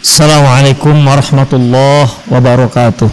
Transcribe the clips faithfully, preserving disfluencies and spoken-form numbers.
Assalamualaikum warahmatullahi wabarakatuh.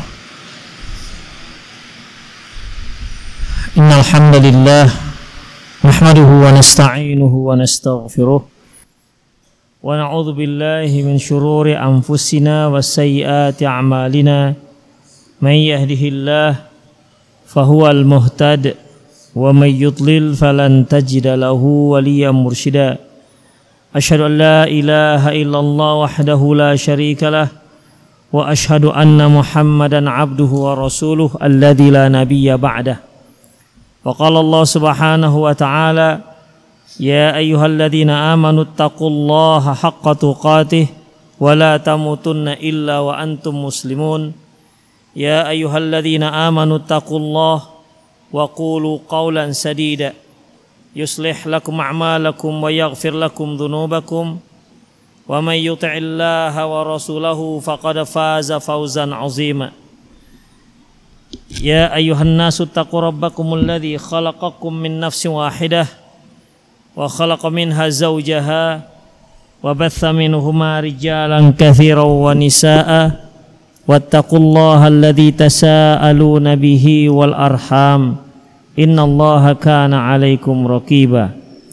Innal hamdalillah nahmaduhu wa nasta'inuhu wa nastaghfiruh wa na'udzu billahi min shururi anfusina wa sayyiati a'malina. May yahdihillah fahuwal muhtad wa may yudlil falan tajida lahu waliyyan mursyida. Asyhadu an la ilaha illallah wahdahu la syarika lah wa asyhadu anna Muhammadan abduhu wa rasuluh alladzi la nabiyya ba'dah. Wa qala Allah subhanahu wa ta'ala ya ayyuhalladzina amanu taqullaha haqqa tuqatih wa la tamutunna illa wa antum muslimun. Ya ayyuhalladzina amanu taqullaha wa qulu qawlan sadida yuslih lakum a'malakum wa yaghfir lakum dhunubakum wa may yuti'illaha wa rasulahu faqad faza fawzan 'azima. Ya ayyuhan nasu taqu rabbakumul ladzi khalaqakum min nafsin wahidah wa khalaqa minha zawjaha wa batha minhuma rijalan katsiran wa nisaa'a wattaqullaha alladzi tasaaluna bihi wal arham innallaha kana 'alaikum raqiba.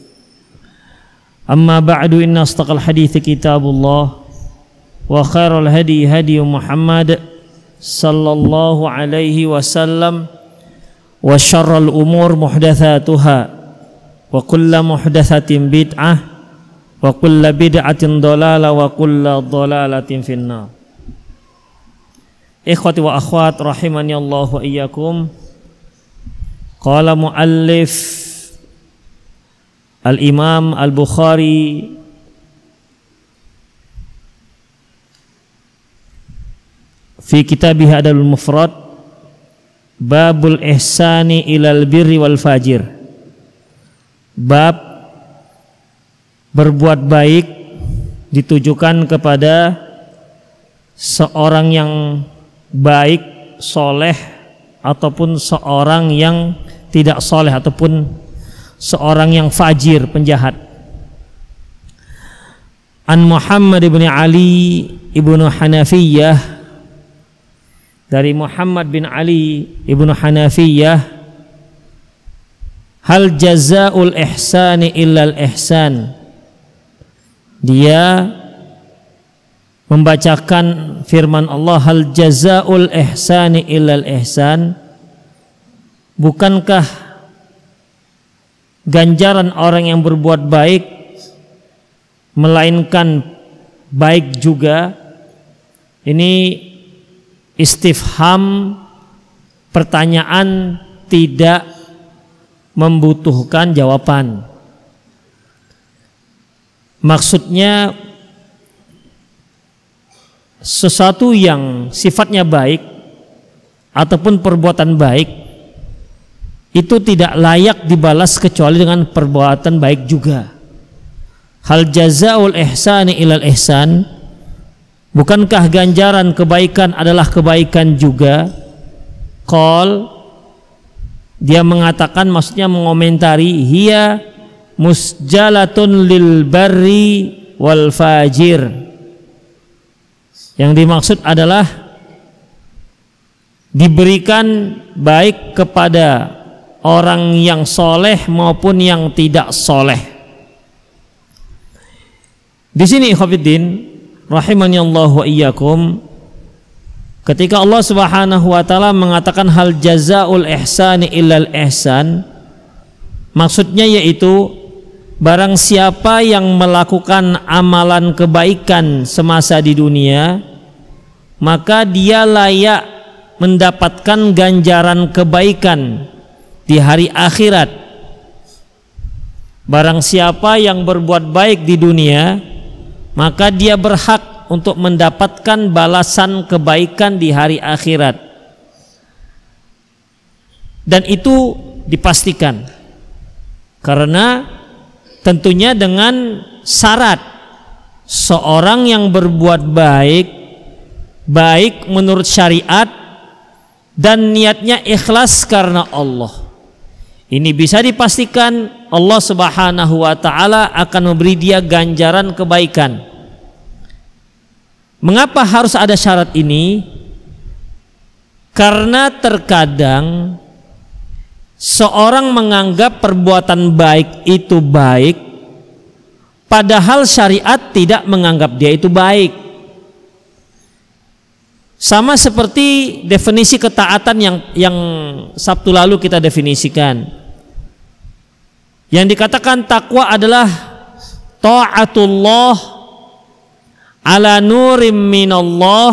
Amma ba'du, inna astaqal hadithi kitabullah wa khairal hadi hadi Muhammad sallallahu alaihi wasallam wa syarrul umur muhdatsatuha wa kullu muhdatsatin bid'ah wa kullu bid'atin dhalalah wa kullu dhalalatin finnar. Ikhwati wa akhwat rahimani Allah wa iyyakum. Qala muallif Al-Imam Al-Bukhari fi kitabih Adabul Mufrad babul ihsani ilal birri wal fajir. Bab berbuat baik ditujukan kepada seorang yang baik, soleh, ataupun seorang yang tidak soleh, ataupun seorang yang fajir, penjahat. An Muhammad ibn Ali ibn Hanafiyah, dari Muhammad bin Ali ibn Hanafiyah, hal jazaul ihsani illal ihsan. Dia membacakan firman Allah, hal jazaul ihsani illal ihsan. Bukankah ganjaran orang yang berbuat baik melainkan baik juga? Ini istifham, pertanyaan tidak membutuhkan jawaban. Maksudnya sesuatu yang sifatnya baik ataupun perbuatan baik itu tidak layak dibalas kecuali dengan perbuatan baik juga. Hal jazaul ihsani ilal ihsan, bukankah ganjaran kebaikan adalah kebaikan juga? Qal, dia mengatakan, maksudnya mengomentari, hiya musjalatun lil barri wal fajir. Yang dimaksud adalah diberikan baik kepada orang yang soleh maupun yang tidak soleh. Di sini ikhwatiddin rahimani Allah wa iyyakum, ketika Allah Subhanahu wa taala mengatakan hal jazaul ihsani illal ihsan, maksudnya yaitu barang siapa yang melakukan amalan kebaikan semasa di dunia, maka dia layak mendapatkan ganjaran kebaikan di hari akhirat. Barang siapa yang berbuat baik di dunia, maka dia berhak untuk mendapatkan balasan kebaikan di hari akhirat. Dan itu dipastikan, karena tentunya dengan syarat seorang yang berbuat baik, baik menurut syariat dan niatnya ikhlas karena Allah. Ini bisa dipastikan Allah Subhanahu wa taala akan memberi dia ganjaran kebaikan. Mengapa harus ada syarat ini? Karena terkadang seorang menganggap perbuatan baik itu baik, padahal syariat tidak menganggap dia itu baik. Sama seperti definisi ketaatan yang yang Sabtu lalu kita definisikan. Yang dikatakan takwa adalah ta'atullah ala nurim minallah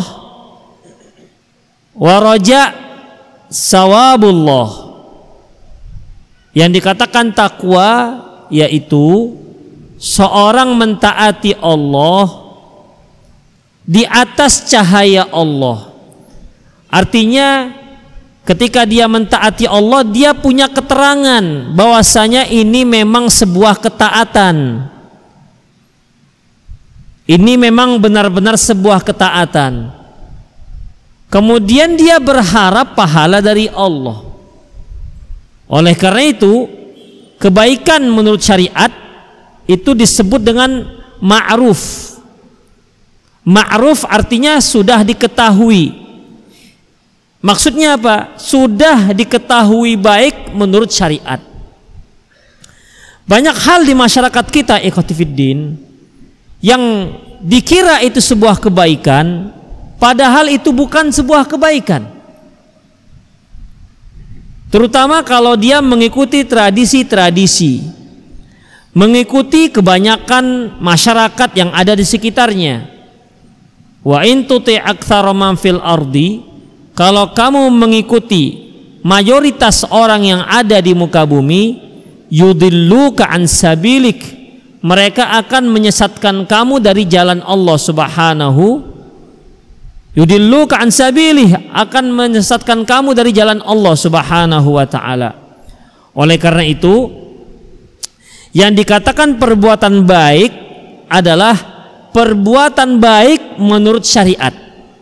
wa raja sawabullah. Yang dikatakan takwa yaitu seorang mentaati Allah di atas cahaya Allah. Artinya ketika dia mentaati Allah, dia punya keterangan bahwasanya ini memang sebuah ketaatan. Ini memang benar-benar sebuah ketaatan. Kemudian dia berharap pahala dari Allah. Oleh karena itu, kebaikan menurut syariat itu disebut dengan ma'ruf. Ma'ruf artinya sudah diketahui. Maksudnya apa? Sudah diketahui baik menurut syariat. Banyak hal di masyarakat kita, ikhwatifiddin, yang dikira itu sebuah kebaikan, padahal itu bukan sebuah kebaikan. Terutama kalau dia mengikuti tradisi-tradisi, mengikuti kebanyakan masyarakat yang ada di sekitarnya. Wa in tuti' aktsara man fil ardi, kalau kamu mengikuti mayoritas orang yang ada di muka bumi, yudilluka an sabilik, mereka akan menyesatkan kamu dari jalan Allah Subhanahu. Yudilluka an sabilih, akan menyesatkan kamu dari jalan Allah Subhanahu wa taala. Oleh karena itu, yang dikatakan perbuatan baik adalah perbuatan baik menurut syariat.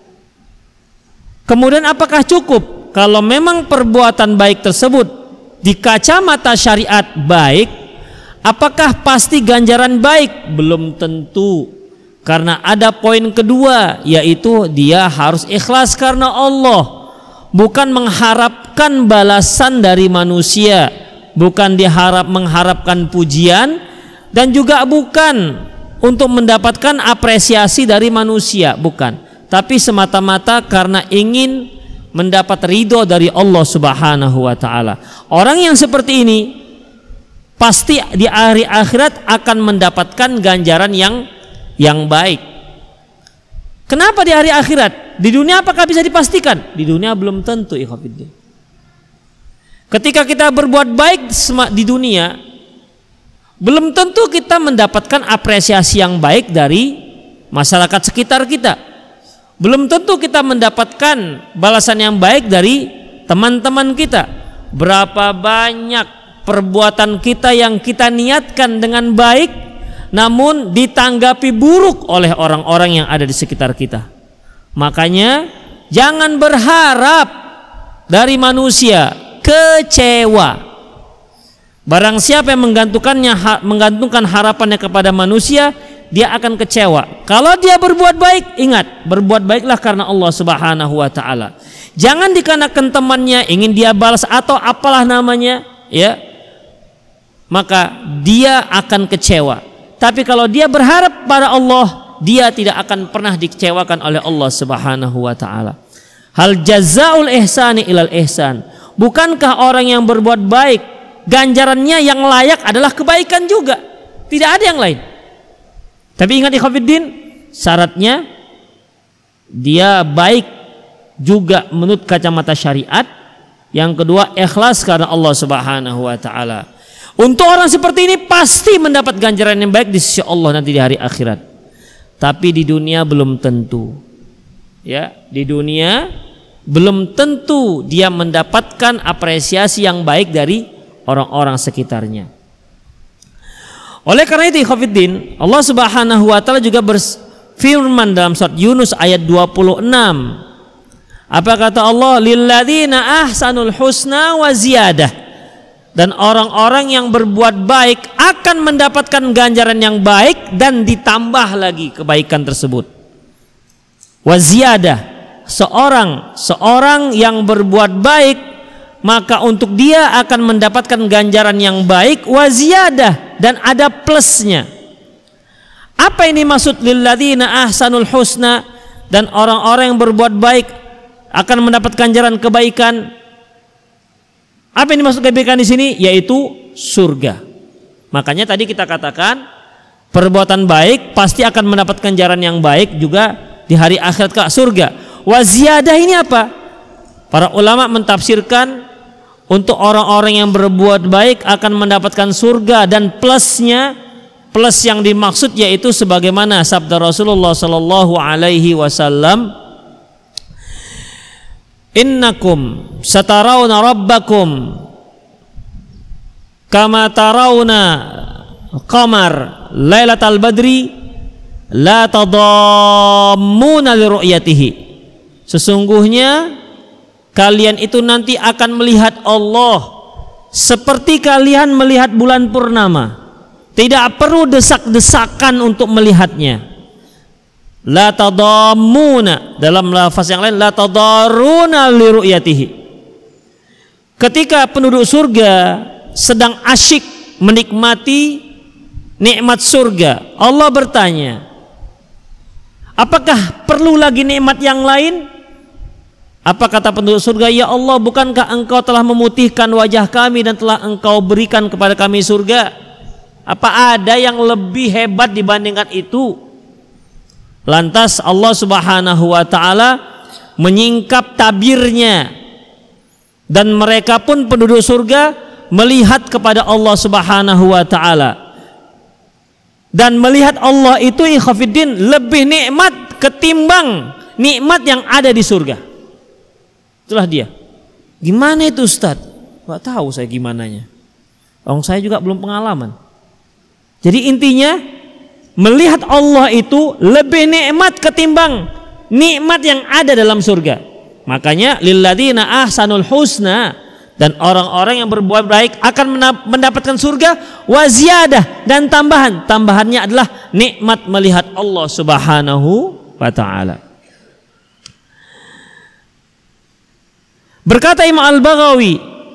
Kemudian apakah cukup kalau memang perbuatan baik tersebut di kacamata syariat baik, apakah pasti ganjaran baik? Belum tentu. Karena ada poin kedua, yaitu dia harus ikhlas karena Allah, bukan mengharapkan balasan dari manusia, bukan diharap mengharapkan pujian, dan juga bukan untuk mendapatkan apresiasi dari manusia, bukan, tapi semata-mata karena ingin mendapat ridho dari Allah Subhanahu wa taala. Orang yang seperti ini pasti di hari akhirat akan mendapatkan ganjaran yang yang baik. Kenapa di hari akhirat? Di dunia apakah bisa dipastikan? Di dunia belum tentu, ikhwatiddin. Ketika kita berbuat baik di dunia, belum tentu kita mendapatkan apresiasi yang baik dari masyarakat sekitar kita. Belum tentu kita mendapatkan balasan yang baik dari teman-teman kita. Berapa banyak perbuatan kita yang kita niatkan dengan baik, namun ditanggapi buruk oleh orang-orang yang ada di sekitar kita. Makanya jangan berharap dari manusia, kecewa. Barang siapa yang menggantungkannya menggantungkan harapannya kepada manusia, dia akan kecewa. Kalau dia berbuat baik, ingat, berbuat baiklah karena Allah Subhanahu wa taala. Jangan dikarenakan temannya ingin dia balas atau apalah namanya, ya. Maka dia akan kecewa. Tapi kalau dia berharap pada Allah, dia tidak akan pernah dikecewakan oleh Allah Subhanahu wa taala. Hal jazaul ihsani ilal ihsan. Bukankah orang yang berbuat baik ganjarannya yang layak adalah kebaikan juga? Tidak ada yang lain. Tapi ingat ikhwatiddin, syaratnya dia baik juga menurut kacamata syariat. Yang kedua, ikhlas karena Allah Subhanahu wa taala. Untuk orang seperti ini pasti mendapat ganjaran yang baik di sisi Allah nanti di hari akhirat. Tapi di dunia belum tentu. Ya, di dunia belum tentu dia mendapatkan apresiasi yang baik dari orang-orang sekitarnya. Oleh karena itu, ikhwatiddin, Allah Subhanahu wa taala juga berfirman dalam surat Yunus ayat dua puluh enam. Apa kata Allah? Lilladzina ahsanul husna wa ziyadah. Dan orang-orang yang berbuat baik akan mendapatkan ganjaran yang baik dan ditambah lagi kebaikan tersebut. Wa ziyadah, seorang seorang yang berbuat baik maka untuk dia akan mendapatkan ganjaran yang baik, wa ziyadah, dan ada plusnya. Apa ini maksud lilladzina ahsanul husna, dan orang-orang yang berbuat baik akan mendapat ganjaran kebaikan? Apa ini maksud kebaikan di sini? Yaitu surga. Makanya tadi kita katakan perbuatan baik pasti akan mendapat ganjaran yang baik juga di hari akhirat ke surga. Wa ziyadah ini apa? Para ulama mentafsirkan untuk orang-orang yang berbuat baik akan mendapatkan surga, dan plusnya, plus yang dimaksud yaitu sebagaimana sabda Rasulullah sallallahu alaihi wasallam, innakum satarawna rabbakum kama tarawna qamar lailatal badri la tadammuna li ru'yatihi. Sesungguhnya kalian itu nanti akan melihat Allah seperti kalian melihat bulan purnama. Tidak perlu desak-desakan untuk melihatnya. La tadammuna, dalam lafaz yang lain la tadarruna li ru'yatihi. Ketika penduduk surga sedang asyik menikmati nikmat surga, Allah bertanya, apakah perlu lagi nikmat yang lain? Apa kata penduduk surga? Ya Allah, bukankah engkau telah memutihkan wajah kami dan telah engkau berikan kepada kami surga? Apa ada yang lebih hebat dibandingkan itu? Lantas Allah subhanahu wa ta'ala menyingkap tabirnya, dan mereka pun penduduk surga melihat kepada Allah subhanahu wa ta'ala, dan melihat Allah itu ikhafiddin lebih nikmat ketimbang nikmat yang ada di surga. Itulah dia. Gimana itu Ustaz? Gak tahu saya gimananya. Orang saya juga belum pengalaman. Jadi intinya melihat Allah itu lebih nikmat ketimbang nikmat yang ada dalam surga. Makanya lilladzina ahsanul husna, dan orang-orang yang berbuat baik akan mendapatkan surga, wa ziyadah, dan tambahan. Tambahannya adalah nikmat melihat Allah subhanahu wa ta'ala. Berkata Imam Al-Baghawi,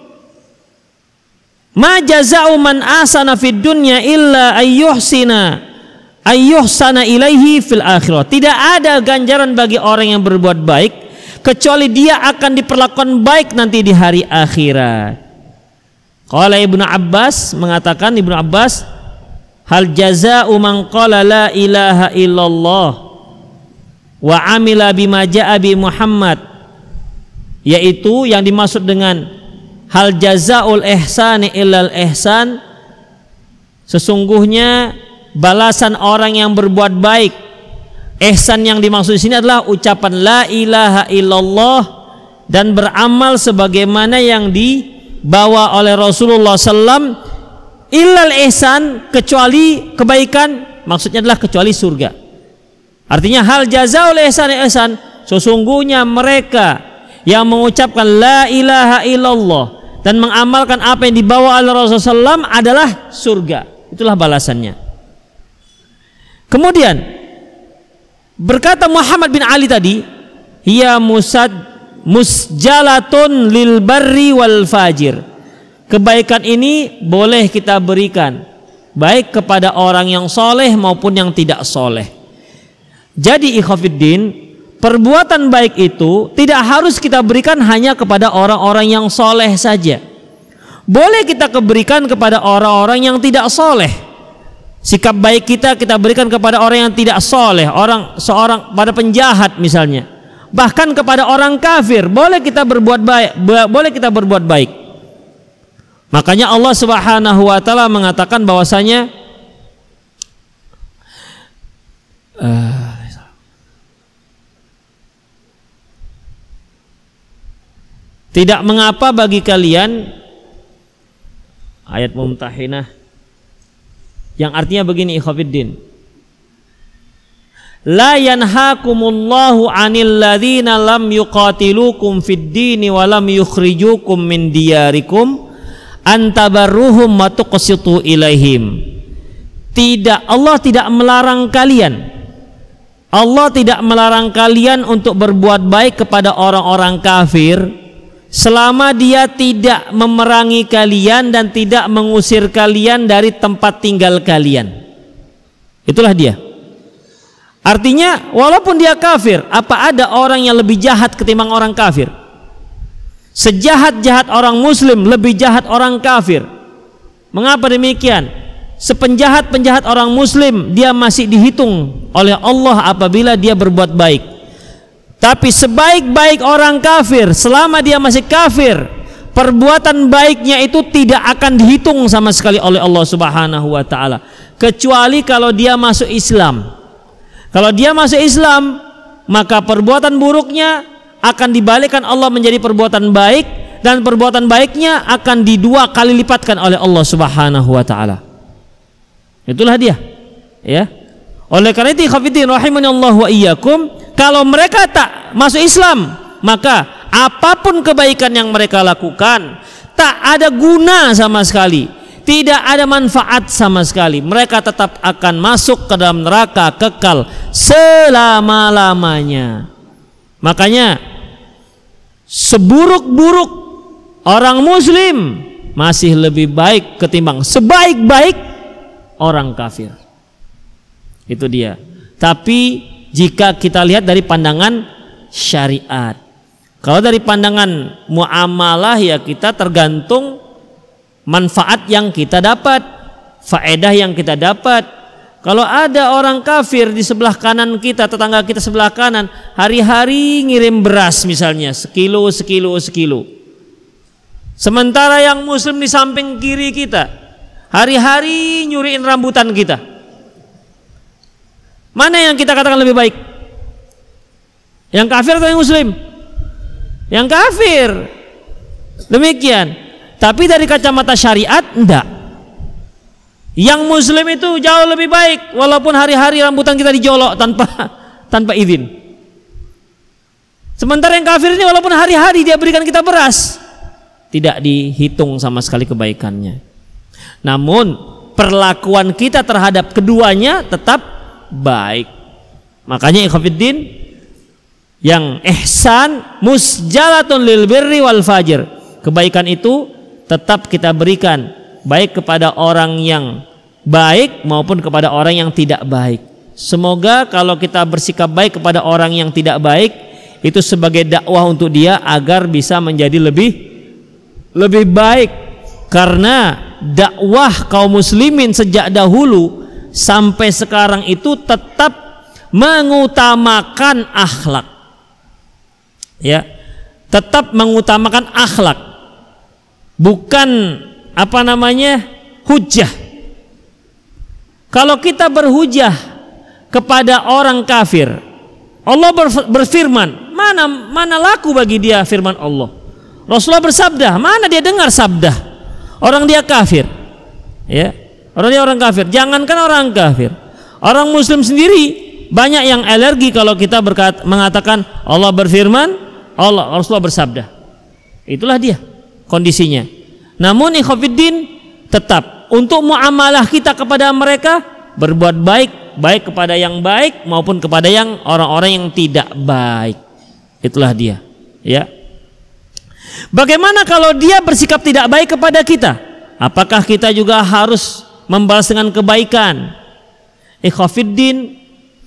ma jaza'u man ahsana fid dunya illa ayyuhsina ayyuhsana ilaihi fil akhirah. Tidak ada ganjaran bagi orang yang berbuat baik kecuali dia akan diperlakukan baik nanti di hari akhirat. Qala Ibnu Abbas, mengatakan Ibnu Abbas, hal jaza'u man qala la ilaha illallah wa amila bima ja'a bi Muhammad, yaitu yang dimaksud dengan hal jazaul ihsani illal ihsan, sesungguhnya balasan orang yang berbuat baik. Ihsan yang dimaksud di sini adalah ucapan la ilaha illallah dan beramal sebagaimana yang dibawa oleh Rasulullah sallallahu alaihi wasallam, illal ihsan, kecuali kebaikan, maksudnya adalah kecuali surga. Artinya hal jazaul ihsani ihsan, sesungguhnya mereka yang mengucapkan la ilaha illallah dan mengamalkan apa yang dibawa oleh Rasulullah sallallahu alaihi wasallam adalah surga. Itulah balasannya. Kemudian berkata Muhammad bin Ali tadi, hiya musad musjalatun lil barri wal fajir. Kebaikan ini boleh kita berikan baik kepada orang yang soleh maupun yang tidak soleh. Jadi ikhwafiddin, perbuatan baik itu tidak harus kita berikan hanya kepada orang-orang yang soleh saja. Boleh kita berikan kepada orang-orang yang tidak soleh. Sikap baik kita kita berikan kepada orang yang tidak soleh, orang seorang pada penjahat misalnya, bahkan kepada orang kafir boleh kita berbuat baik, boleh kita berbuat baik. Makanya Allah Subhanahu wa taala mengatakan bahwasanya uh, tidak mengapa bagi kalian, ayat Mumtahinah yang artinya begini ikhwafiddin, la yanhakumullahu 'anil ladzina lam yuqatilukum fid dini wa lam yukhrijukum min diyarikum antabarruhum wa tuqsitu ilaihim. Tidak, Allah tidak melarang kalian Allah tidak melarang kalian untuk berbuat baik kepada orang-orang kafir selama dia tidak memerangi kalian dan tidak mengusir kalian dari tempat tinggal kalian. Itulah dia. Artinya walaupun dia kafir, apa ada orang yang lebih jahat ketimbang orang kafir? Sejahat-jahat orang muslim lebih jahat orang kafir. Mengapa demikian? Sepenjahat-penjahat orang muslim dia masih dihitung oleh Allah apabila dia berbuat baik. Tapi sebaik-baik orang kafir, selama dia masih kafir, perbuatan baiknya itu tidak akan dihitung sama sekali oleh Allah Subhanahu wa taala, kecuali kalau dia masuk Islam. Kalau dia masuk Islam, maka perbuatan buruknya akan dibalikkan Allah menjadi perbuatan baik, dan perbuatan baiknya akan didua kali lipatkan oleh Allah Subhanahu wa taala. Itulah dia, ya. Oleh karena itu, khafidin rahimanallahu wa iyyakum, kalau mereka tak masuk Islam, maka apapun kebaikan yang mereka lakukan tak ada guna sama sekali, tidak ada manfaat sama sekali. Mereka tetap akan masuk ke dalam neraka kekal selama-lamanya. Makanya seburuk-buruk orang muslim masih lebih baik ketimbang sebaik-baik orang kafir. Itu dia. Tapi jika kita lihat dari pandangan syariat, kalau dari pandangan muamalah, ya kita tergantung manfaat yang kita dapat, faedah yang kita dapat. Kalau ada orang kafir di sebelah kanan kita, tetangga kita sebelah kanan, hari-hari ngirim beras misalnya sekilo, sekilo, sekilo. Sementara yang muslim di samping kiri kita hari-hari nyuriin rambutan kita. Mana yang kita katakan lebih baik? Yang kafir atau yang muslim? Yang kafir. Demikian. Tapi dari kacamata syariat enggak. Yang muslim itu jauh lebih baik walaupun hari-hari rambutan kita dijolok tanpa tanpa izin. Sementara yang kafir ini walaupun hari-hari dia berikan kita beras, tidak dihitung sama sekali kebaikannya. Namun perlakuan kita terhadap keduanya tetap baik. Makanya ikhwatiddin, yang ihsan musjalatun lil birri wal fajir, kebaikan itu tetap kita berikan baik kepada orang yang baik maupun kepada orang yang tidak baik. Semoga kalau kita bersikap baik kepada orang yang tidak baik, itu sebagai dakwah untuk dia agar bisa menjadi lebih lebih baik. Karena dakwah kaum muslimin sejak dahulu sampai sekarang itu tetap mengutamakan akhlak, ya, tetap mengutamakan akhlak, bukan apa namanya hujah. Kalau kita berhujah kepada orang kafir, Allah berfirman, mana mana laku bagi dia firman Allah. Rasulullah bersabda, mana dia dengar sabda orang dia kafir, ya. Orang dia orang kafir, jangankan orang kafir, orang muslim sendiri banyak yang alergi kalau kita berkata, mengatakan Allah berfirman, Allah Rasulullah bersabda. Itulah dia kondisinya. Namun ikhwatiddin, tetap untuk muamalah kita kepada mereka berbuat baik, baik kepada yang baik maupun kepada yang orang-orang yang tidak baik. Itulah dia, ya. Bagaimana kalau dia bersikap tidak baik kepada kita? Apakah kita juga harus membalas dengan kebaikan? Ikhwatiddin,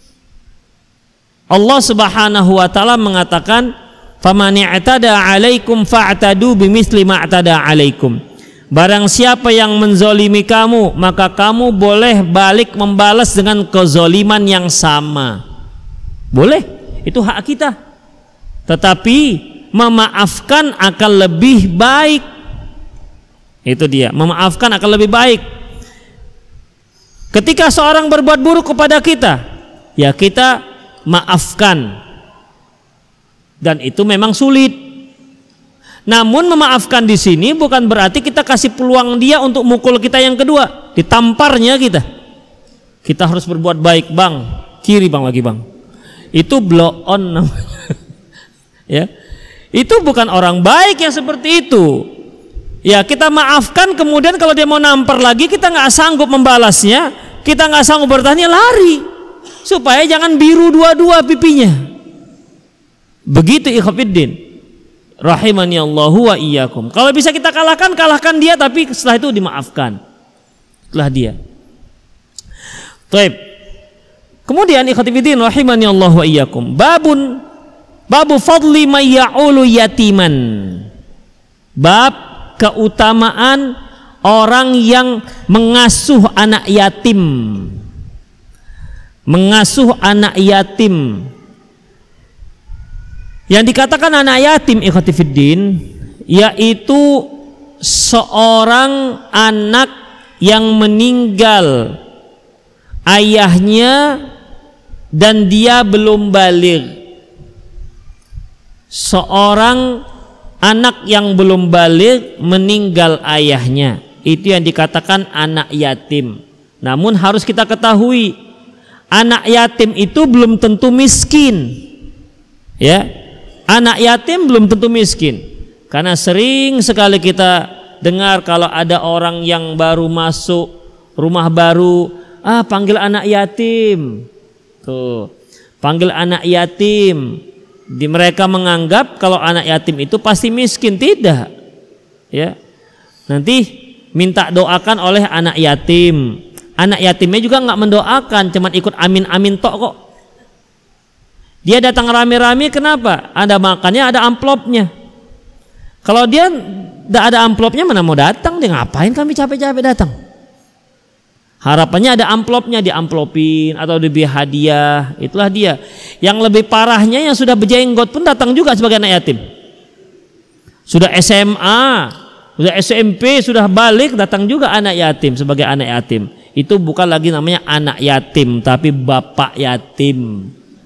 Allah Subhanahu wa taala mengatakan, "Faman i'tada 'alaikum fa'tadu bimitsli ma i'tada 'alaikum." Barang siapa yang menzolimi kamu, maka kamu boleh balik membalas dengan kezoliman yang sama. Boleh, itu hak kita. Tetapi memaafkan akan lebih baik. Itu dia, memaafkan akan lebih baik. Ketika seorang berbuat buruk kepada kita, ya kita maafkan. Dan itu memang sulit. Namun memaafkan di sini bukan berarti kita kasih peluang dia untuk mukul kita yang kedua, ditamparnya kita. Kita harus berbuat baik, bang, kiri bang lagi bang. Itu blow on namanya. Ya, itu bukan orang baik yang seperti itu. Ya, kita maafkan, kemudian kalau dia mau nampar lagi kita nggak sanggup membalasnya, kita nggak sanggup bertahan, ya lari. supaya jangan biru dua-dua pipinya. Begitu ikhwatiddin rahimani Allahu wa iyyakum. Kalau bisa kita kalahkan, kalahkan dia, tapi setelah itu dimaafkan. Setelah dia. Baik. Kemudian ikhwatiddin rahimani Allahu wa iyyakum. Babun babu fadli may ya'ulu yatiman. Bab keutamaan orang yang mengasuh anak yatim. Mengasuh anak yatim. Yang dikatakan anak yatim ikhwati fiddin, yaitu seorang anak yang meninggal ayahnya dan dia belum baligh. Seorang anak yang belum baligh meninggal ayahnya, itu yang dikatakan anak yatim. Namun harus kita ketahui, anak yatim itu belum tentu miskin. Ya, anak yatim belum tentu miskin. Karena sering sekali kita dengar kalau ada orang yang baru masuk rumah baru, ah panggil anak yatim. Tuh, panggil anak yatim. Di mereka menganggap kalau anak yatim itu pasti miskin. Tidak, ya. Nanti minta doakan oleh anak yatim. Anak yatimnya juga nggak mendoakan, cuman ikut amin amin tok kok. Dia datang rame-rame, kenapa? Ada makannya, ada amplopnya. Kalau dia tidak ada amplopnya, mana mau datang? Dia ngapain kami capek-capek datang? Harapannya ada amplopnya, diamplopin atau diberi hadiah. Itulah dia. Yang lebih parahnya yang sudah berjenggot pun datang juga sebagai anak yatim. Sudah S M A, sudah S M P, sudah balik, datang juga anak yatim sebagai anak yatim. Itu bukan lagi namanya anak yatim, tapi bapak yatim.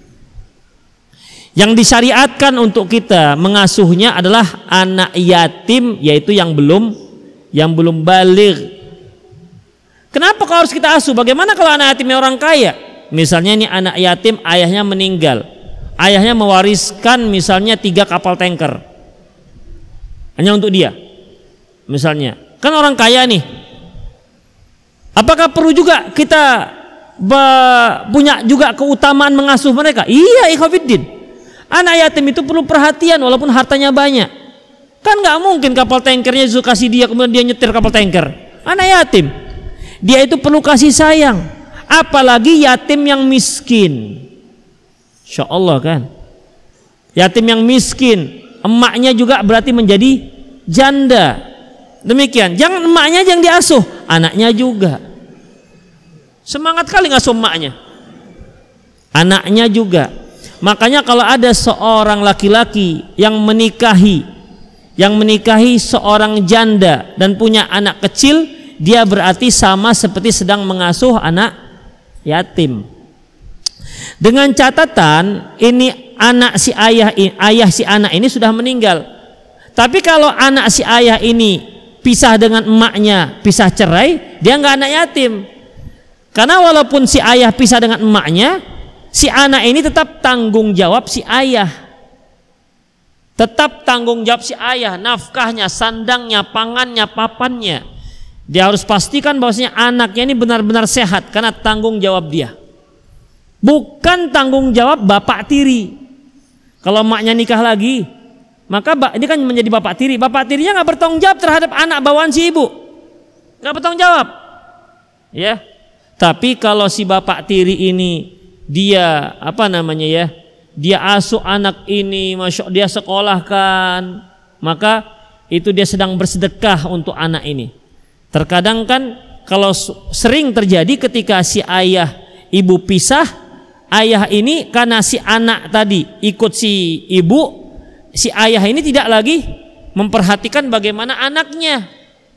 Yang disyariatkan untuk kita mengasuhnya adalah anak yatim, yaitu yang belum yang belum baligh. Kenapa kau harus kita asuh? Bagaimana kalau anak yatimnya orang kaya? Misalnya ini anak yatim, ayahnya meninggal, ayahnya mewariskan misalnya tiga kapal tanker hanya untuk dia, misalnya, kan orang kaya nih. Apakah perlu juga kita punya juga keutamaan mengasuh mereka? Iya ikhwatiddin, anak yatim itu perlu perhatian walaupun hartanya banyak. Kan nggak mungkin kapal tankernya Yesus kasih dia kemudian dia nyetir kapal tanker. Anak yatim, dia itu perlu kasih sayang, apalagi yatim yang miskin. Insya Allah kan, yatim yang miskin, emaknya juga berarti menjadi janda. Demikian, jangan emaknya yang diasuh, anaknya juga. Semangat kali ngasuh emaknya, anaknya juga. Makanya kalau ada seorang laki-laki yang menikahi, yang menikahi seorang janda dan punya anak kecil, dia berarti sama seperti sedang mengasuh anak yatim. Dengan catatan ini anak si ayah ayah si anak ini sudah meninggal. Tapi kalau anak si ayah ini pisah dengan emaknya, pisah cerai, dia nggak anak yatim. Karena walaupun si ayah pisah dengan emaknya, si anak ini tetap tanggung jawab si ayah. Tetap tanggung jawab si ayah, nafkahnya, sandangnya, pangannya, papannya. Dia harus pastikan bahwasanya anaknya ini benar-benar sehat karena tanggung jawab dia. Bukan tanggung jawab bapak tiri. Kalau emaknya nikah lagi, maka ini kan menjadi bapak tiri. Bapak tirinya nggak bertanggung jawab terhadap anak bawaan si ibu, nggak bertanggung jawab, ya. Tapi kalau si bapak tiri ini dia apa namanya ya, dia asuh anak ini, masya Allah, dia sekolahkan, maka itu dia sedang bersedekah untuk anak ini. Terkadang kan kalau sering terjadi ketika si ayah ibu pisah, ayah ini karena si anak tadi ikut si ibu, si ayah ini tidak lagi memperhatikan bagaimana anaknya.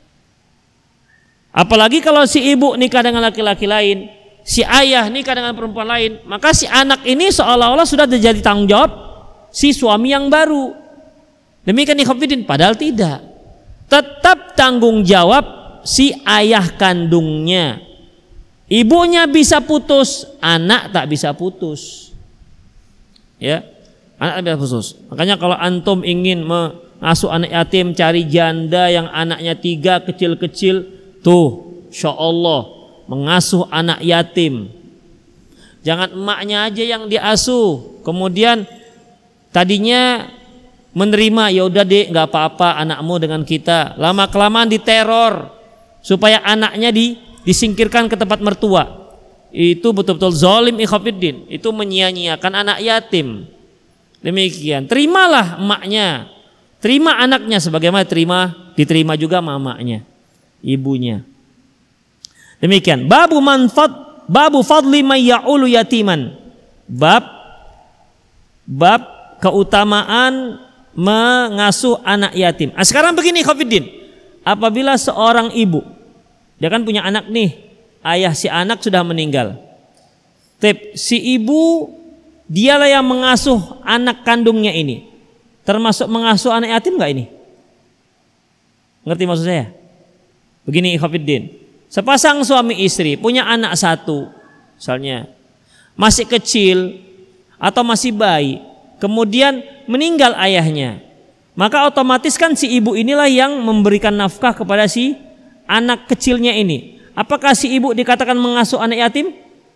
Apalagi kalau si ibu nikah dengan laki-laki lain, si ayah nikah dengan perempuan lain, maka si anak ini seolah-olah sudah menjadi tanggung jawab si suami yang baru. Demikian ikhwatiddin, padahal tidak. Tetap tanggung jawab si ayah kandungnya. Ibunya bisa putus, anak tak bisa putus. Ya, anak tak bisa putus. Makanya kalau antum ingin mengasuh anak yatim, cari janda yang anaknya tiga kecil-kecil, tuh, insya Allah mengasuh anak yatim. Jangan emaknya aja yang diasuh. Kemudian tadinya menerima, ya udah dek nggak apa-apa anakmu dengan kita. Lama kelamaan diteror supaya anaknya di, disingkirkan ke tempat mertua. Itu betul-betul zalim ikhwafiddin. Itu menyia-nyiakan anak yatim. Demikian. Terimalah emaknya, terima anaknya sebagaimana terima diterima juga mamanya, ibunya. Demikian. Babu manfaat Babu fadli may ya'ulu yatiman. Bab bab keutamaan mengasuh anak yatim. Nah, sekarang begini Khofiddin, apabila seorang ibu, dia kan punya anak nih, ayah si anak sudah meninggal. Tep, si ibu dialah yang mengasuh anak kandungnya ini. Termasuk mengasuh anak yatim enggak ini? Ngerti maksud saya? Begini Khofiddin. Sepasang suami istri punya anak satu, misalnya masih kecil atau masih bayi, kemudian meninggal ayahnya, maka otomatis kan si ibu inilah yang memberikan nafkah kepada si anak kecilnya ini. Apakah si ibu dikatakan mengasuh anak yatim?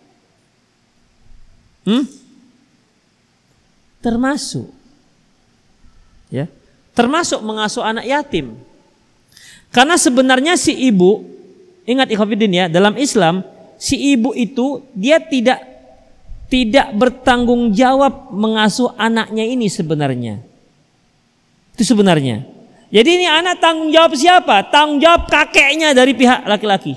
Hmm? Termasuk, ya, termasuk mengasuh anak yatim. Karena sebenarnya si ibu, ingat ikhwatiddin ya, dalam Islam si ibu itu dia tidak tidak bertanggung jawab mengasuh anaknya ini sebenarnya. Itu sebenarnya. Jadi ini anak tanggung jawab siapa? Tanggung jawab kakeknya dari pihak laki-laki.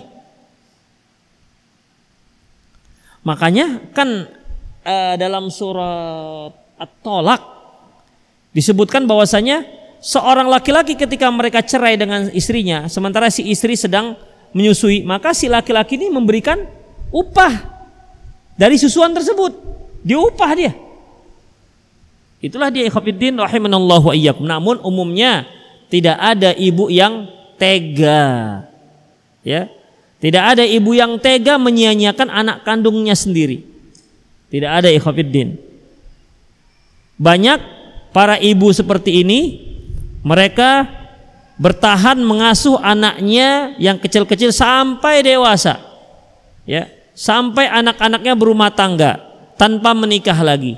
Makanya kan uh, dalam surat At-Tolak disebutkan bahwasanya seorang laki-laki ketika mereka cerai dengan istrinya, sementara si istri sedang menyusui, maka si laki-laki ini memberikan upah dari susuan tersebut, diupah dia. Itulah dia ikhwatiddin rahimanallahu wa iyyakum. Namun umumnya tidak ada ibu yang tega, ya, tidak ada ibu yang tega menyia-nyiakan anak kandungnya sendiri. Tidak ada ikhwatiddin. Banyak para ibu seperti ini, mereka bertahan mengasuh anaknya yang kecil-kecil sampai dewasa, ya, sampai anak-anaknya berumah tangga tanpa menikah lagi.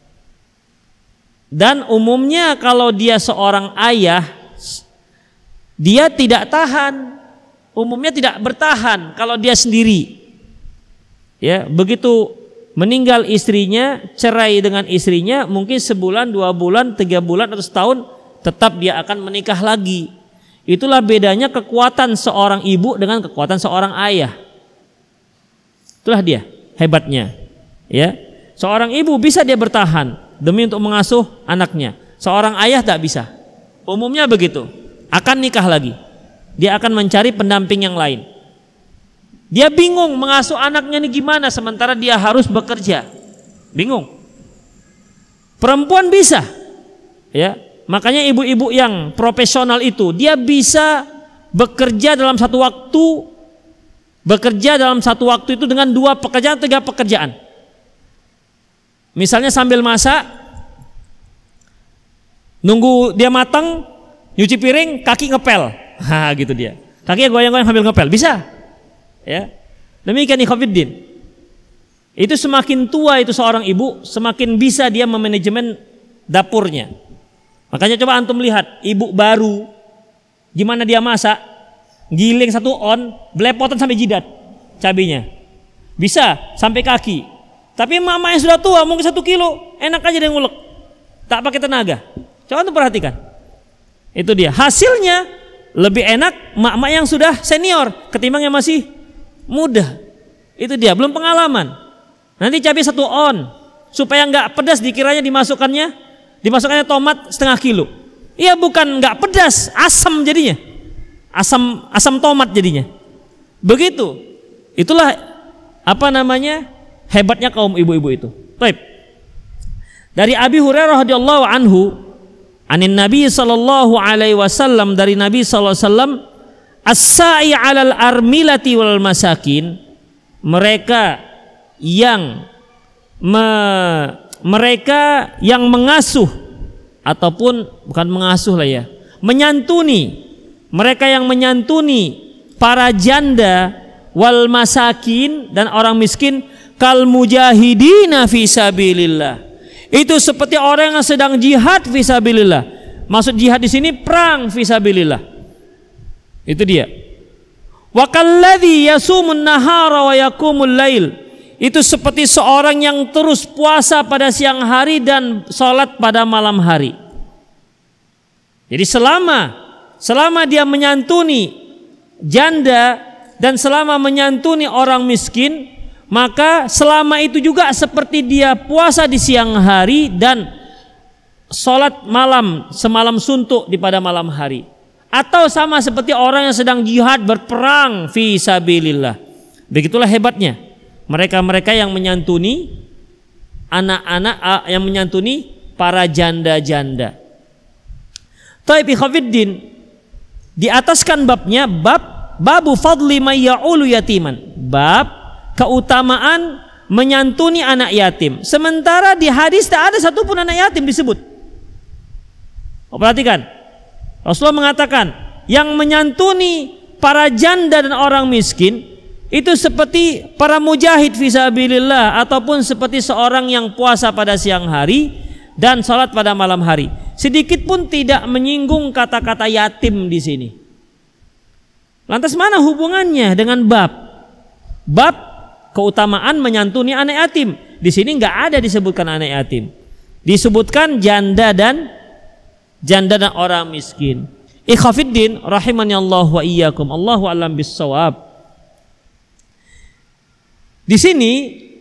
Dan umumnya kalau dia seorang ayah, dia tidak tahan, umumnya tidak bertahan kalau dia sendiri, ya, begitu meninggal istrinya, cerai dengan istrinya, mungkin sebulan, dua bulan, tiga bulan atau setahun, tetap dia akan menikah lagi. Itulah bedanya kekuatan seorang ibu dengan kekuatan seorang ayah. Itulah dia hebatnya, ya. Seorang ibu bisa dia bertahan demi untuk mengasuh anaknya. Seorang ayah tak bisa. Umumnya begitu. Akan nikah lagi. Dia akan mencari pendamping yang lain. Dia bingung mengasuh anaknya ini gimana sementara dia harus bekerja. Bingung. Perempuan bisa, ya. Makanya ibu-ibu yang profesional itu dia bisa bekerja dalam satu waktu, bekerja dalam satu waktu itu dengan dua pekerjaan, tiga pekerjaan. Misalnya sambil masak, nunggu dia matang, nyuci piring, kaki ngepel, ha gitu dia. Kakinya goyang-goyang sambil ngepel, bisa. Ya, demikian ikhwatiddin. Itu semakin tua itu seorang ibu, semakin bisa dia memanajemen dapurnya. Makanya coba antum lihat ibu baru gimana dia masak, giling satu on, belepotan sampai jidat cabenya, bisa sampai kaki. Tapi mama yang sudah tua mungkin satu kilo, enak aja dia ngulek, tak pakai tenaga. Coba antum perhatikan, itu dia hasilnya lebih enak mak-mak yang sudah senior ketimbang yang masih muda. Itu dia belum pengalaman. Nanti cabai satu on supaya nggak pedas dikiranya dimasukkannya. Dimasukkannya tomat setengah kilo. Iya bukan nggak pedas, asam jadinya, asam asam tomat jadinya. Begitu. Itulah apa namanya hebatnya kaum ibu-ibu itu. Baik. Dari Abi Hurairah radhiyallahu anhu, anin Nabi sallallahu alaihi wasallam, dari Nabi sallallahu alaihi wasallam, as-sa'i 'alal armilati wal masakin, mereka yang me mereka yang mengasuh ataupun bukan mengasuh lah ya, menyantuni, mereka yang menyantuni para janda wal masakin dan orang miskin, kal mujahidina fi sabilillah. Itu seperti orang yang sedang jihad fi sabilillah. Maksud jihad di sini perang fi sabilillah. Itu dia. Wa kalladzi yasumun nahara wa yaqumul lail. Itu seperti seorang yang terus puasa pada siang hari dan sholat pada malam hari. Jadi selama selama dia menyantuni janda dan selama menyantuni orang miskin, maka selama itu juga seperti dia puasa di siang hari dan sholat malam semalam suntuk di pada malam hari. Atau sama seperti orang yang sedang jihad berperang fi sabilillah. Begitulah hebatnya mereka-mereka yang menyantuni anak-anak, yang menyantuni para janda-janda. Taib ikhwafiddin, di ataskan babnya bab babu fadli mayya'ulu yatiman, bab keutamaan menyantuni anak yatim. Sementara di hadis tak ada satupun anak yatim disebut. Oh, perhatikan, Rasulullah mengatakan yang menyantuni para janda dan orang miskin itu seperti para mujahid fisabilillah, ataupun seperti seorang yang puasa pada siang hari dan salat pada malam hari. Sedikit pun tidak menyinggung kata-kata yatim di sini. Lantas mana hubungannya dengan bab bab keutamaan menyantuni anak yatim? Di sini nggak ada disebutkan anak yatim. Disebutkan janda dan janda dan orang miskin. Ikhwafiddin rahimani Allah wa iyyakum. Allahu a'lam bissawab. Di sini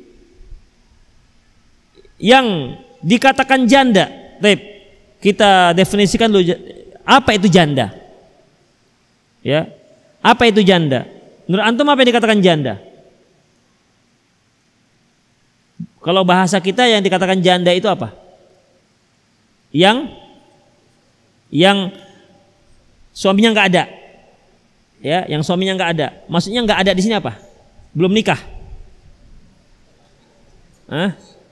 yang dikatakan janda, baik, kita definisikan dulu apa itu janda. Ya. Apa itu janda? Menurut antum apa yang dikatakan janda? Kalau bahasa kita yang dikatakan janda itu apa? Yang yang suaminya nggak ada, ya, yang suaminya nggak ada. Maksudnya nggak ada di sini apa? Belum nikah. Hah?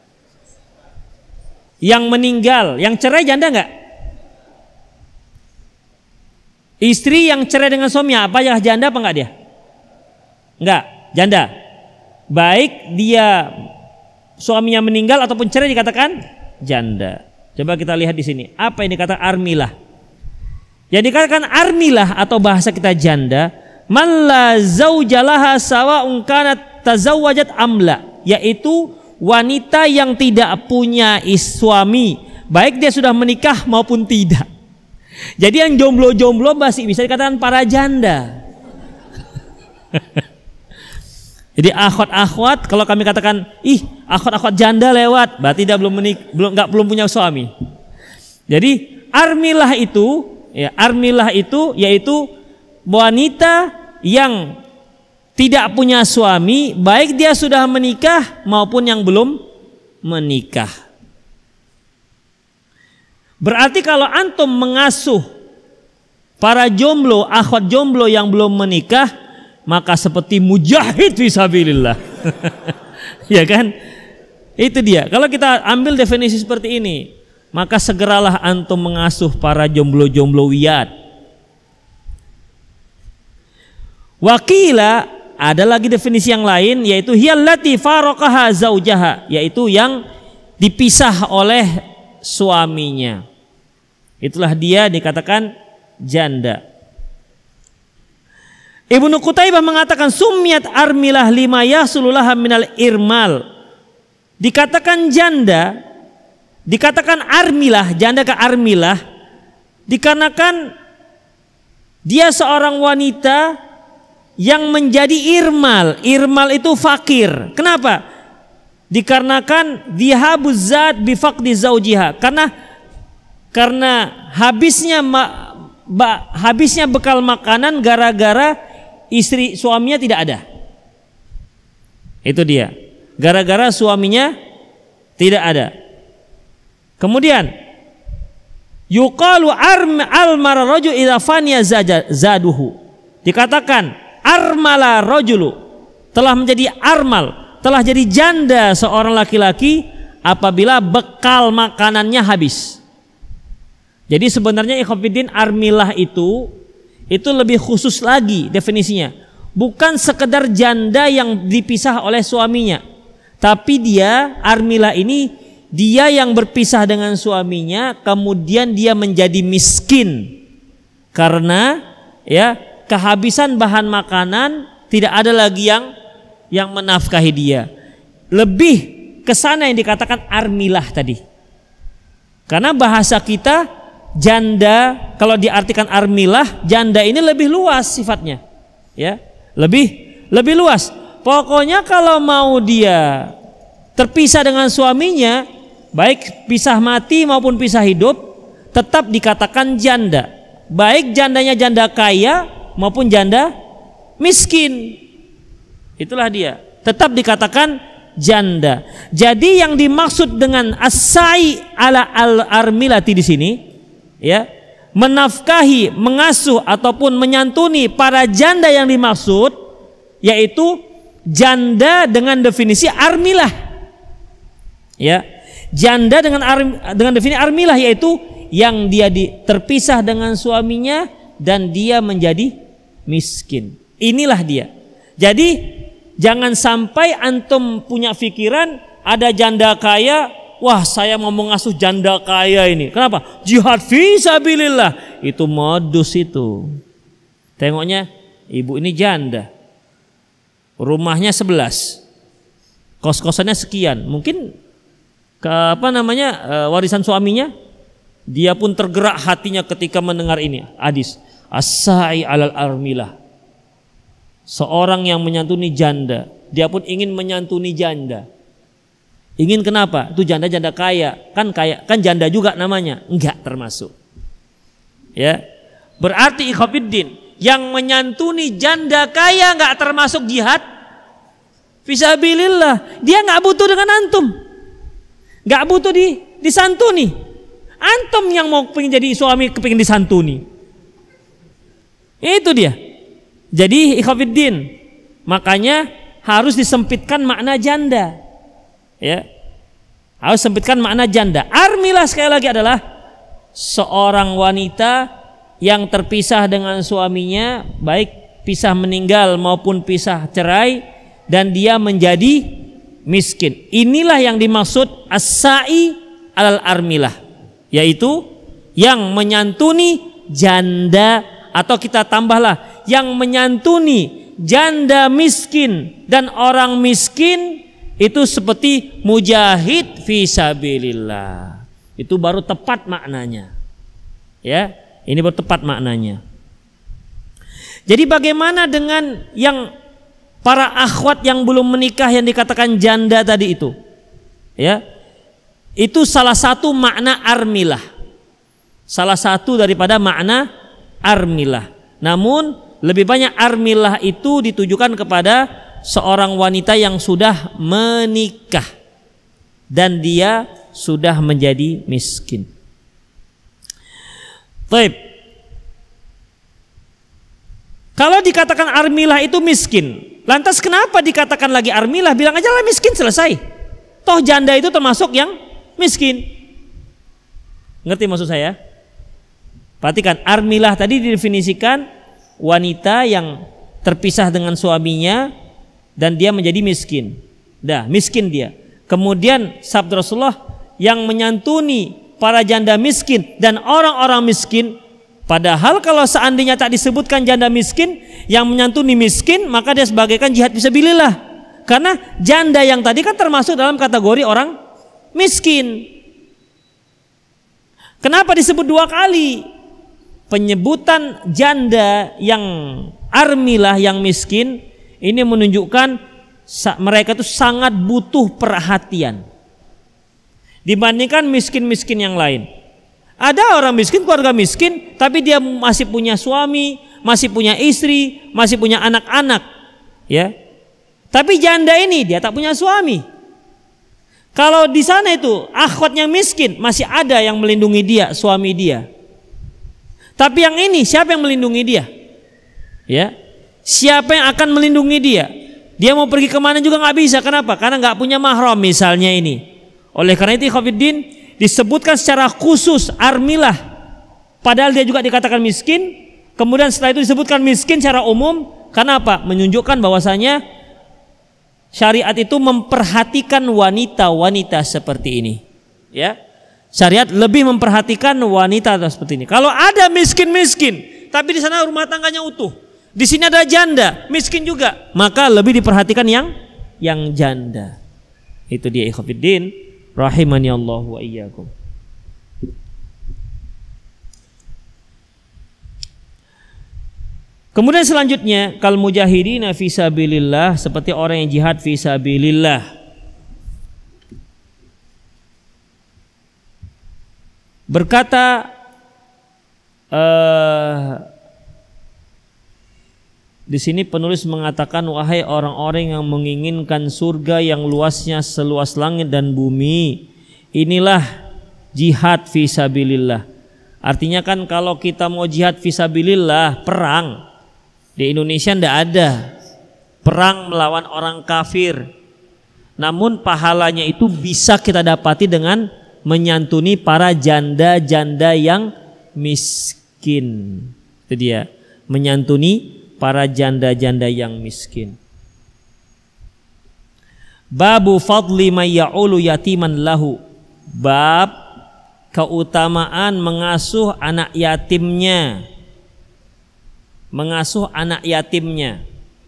Yang meninggal, yang cerai janda nggak? Istri yang cerai dengan suaminya, apa ya, janda apa nggak dia? Nggak, janda. Baik dia suaminya meninggal ataupun cerai dikatakan janda. Coba kita lihat di sini, apa yang dikatakan armilah? Yang dikatakan armilah atau bahasa kita janda, man la zaujalaha sawa'un kanat tazawwajat amla, yaitu wanita yang tidak punya suami, baik dia sudah menikah maupun tidak. Jadi yang jomblo-jomblo masih bisa dikatakan para janda. Jadi akhwat-akhwat, kalau kami katakan, ih akhwat-akhwat janda lewat, berarti dia belum menik, belum nggak belum punya suami. Jadi armilah itu, ya, armilah itu yaitu wanita yang tidak punya suami, baik dia sudah menikah maupun yang belum menikah. Berarti kalau antum mengasuh para jomblo, akhwat jomblo yang belum menikah, maka seperti mujahid fisabilillah. Ya kan? Itu dia. Kalau kita ambil definisi seperti ini, maka segeralah antum mengasuh para jomblo-jomblo wiyat. Wakila, ada lagi definisi yang lain, yaitu hiyallati faraqaha zaujaha, yaitu yang dipisah oleh suaminya. Itulah dia dikatakan janda. Ibnu Qutaibah mengatakan sumiyat armilah lima yahsululaha minal irmal. Dikatakan janda, dikatakan armilah, janda ke armilah, dikarenakan dia seorang wanita yang menjadi irmal. Irmal itu fakir. Kenapa? Dikarenakan dihabuz zat bifaqdi zaujiha. Karena karena habisnya ma, ba, habisnya bekal makanan gara-gara istri suaminya tidak ada. Itu dia. Gara-gara suaminya tidak ada. Kemudian yuqalu arm almar rajul idza faniya zaduhu. Dikatakan armala rajulu, telah menjadi armal, telah jadi janda seorang laki-laki apabila bekal makanannya habis. Jadi sebenarnya ikhwatiddin armilah itu itu lebih khusus lagi definisinya. Bukan sekedar janda yang dipisah oleh suaminya, Tapi dia armilah ini dia yang berpisah dengan suaminya, kemudian dia menjadi miskin karena ya kehabisan bahan makanan, tidak ada lagi yang yang menafkahi dia. Lebih ke sana yang dikatakan armilah tadi. Karena bahasa kita janda, kalau diartikan armilah, janda ini lebih luas sifatnya. Ya, lebih lebih luas. Pokoknya kalau mau dia terpisah dengan suaminya, baik pisah mati maupun pisah hidup, tetap dikatakan janda. Baik jandanya janda kaya maupun janda miskin. Itulah dia. Tetap dikatakan janda. Jadi yang dimaksud dengan as-sa'i ala al-armilati di sini, ya, menafkahi, mengasuh ataupun menyantuni para janda yang dimaksud yaitu janda dengan definisi armilah. Ya. Janda dengan arm, dengan definisi armilah yaitu yang dia di, terpisah dengan suaminya dan dia menjadi miskin. Inilah dia. Jadi jangan sampai antum punya pikiran ada janda kaya, wah saya mau mengasuh janda kaya ini. Kenapa? Jihad fisabilillah. Itu modus itu. Tengoknya ibu ini janda. Rumahnya sebelas. Kos-kosannya sekian. Mungkin ke apa namanya e, warisan suaminya. Dia pun tergerak hatinya ketika mendengar ini hadis. As-sa'i alal armilah. Seorang yang menyantuni janda, dia pun ingin menyantuni janda. Ingin kenapa? Itu janda-janda kaya, kan kaya, kan janda juga namanya. Enggak termasuk. Ya. Berarti ikhwatiddin, yang menyantuni janda kaya enggak termasuk jihad fisabilillah. Dia enggak butuh dengan antum. Enggak butuh di disantuni. Antum yang mau pengen jadi suami kepingin disantuni. Itu dia. Jadi ikhwatiddin, makanya harus disempitkan makna janda. Ya. Harus sempitkan makna janda. Armilah sekali lagi adalah seorang wanita yang terpisah dengan suaminya, baik pisah meninggal maupun pisah cerai, dan dia menjadi miskin. Inilah yang dimaksud as-sa'i alal armilah, yaitu yang menyantuni janda, atau kita tambahlah yang menyantuni janda miskin dan orang miskin, itu seperti mujahid fisabilillah. Itu baru tepat maknanya. Ya, ini baru tepat maknanya. Jadi bagaimana dengan yang para akhwat yang belum menikah yang dikatakan janda tadi itu? Ya. Itu salah satu makna armilah. Salah satu daripada makna armilah. Namun lebih banyak armilah itu ditujukan kepada seorang wanita yang sudah menikah dan dia sudah menjadi miskin. Baik. Kalau dikatakan armilah itu miskin, lantas kenapa dikatakan lagi armilah? Bilang aja lah miskin, selesai. Toh janda itu termasuk yang miskin. Ngerti maksud saya? Perhatikan, armilah tadi didefinisikan wanita yang terpisah dengan suaminya dan dia menjadi miskin. Dah, miskin dia. Kemudian sabda Rasulullah yang menyantuni para janda miskin dan orang-orang miskin. Padahal kalau seandainya tak disebutkan janda miskin, yang menyantuni miskin, maka dia sebagaikan jihad fisabilillah. Karena janda yang tadi kan termasuk dalam kategori orang miskin. Kenapa disebut dua kali? Penyebutan janda yang armilah, yang miskin, ini menunjukkan mereka itu sangat butuh perhatian dibandingkan miskin-miskin yang lain. Ada orang miskin, keluarga miskin, tapi dia masih punya suami, masih punya istri, masih punya anak-anak, ya. Tapi janda ini dia tak punya suami. Kalau di sana itu akhwatnya miskin, masih ada yang melindungi dia, suami dia. Tapi yang ini siapa yang melindungi dia? Ya, siapa yang akan melindungi dia? Dia mau pergi kemana juga nggak bisa. Kenapa? Karena nggak punya mahram misalnya ini. Oleh karena itu ikhwatiddin disebutkan secara khusus armilah. Padahal dia juga dikatakan miskin. Kemudian setelah itu disebutkan miskin secara umum. Kenapa? Menunjukkan bahwasanya syariat itu memperhatikan wanita-wanita seperti ini. Ya, syariat lebih memperhatikan wanita seperti ini. Kalau ada miskin-miskin, tapi di sana rumah tangganya utuh, di sini ada janda, miskin juga, maka lebih diperhatikan yang yang janda. Itu dia ikhwatiddin rahimani Allah wa iyyakum. Kemudian selanjutnya kal mujahidina fi sabilillah, seperti orang yang jihad fi sabilillah. Berkata uh, di sini penulis mengatakan, wahai orang-orang yang menginginkan surga yang luasnya seluas langit dan bumi, inilah jihad fi sabilillah. Artinya kan kalau kita mau jihad fi sabilillah, perang. Di Indonesia tidak ada perang melawan orang kafir. Namun pahalanya itu bisa kita dapati dengan menyantuni para janda-janda yang miskin. Itu dia, menyantuni para janda-janda yang miskin. Babu fadli may ya'ulu yatiman lahu. Bab keutamaan mengasuh anak yatimnya. Mengasuh anak yatimnya.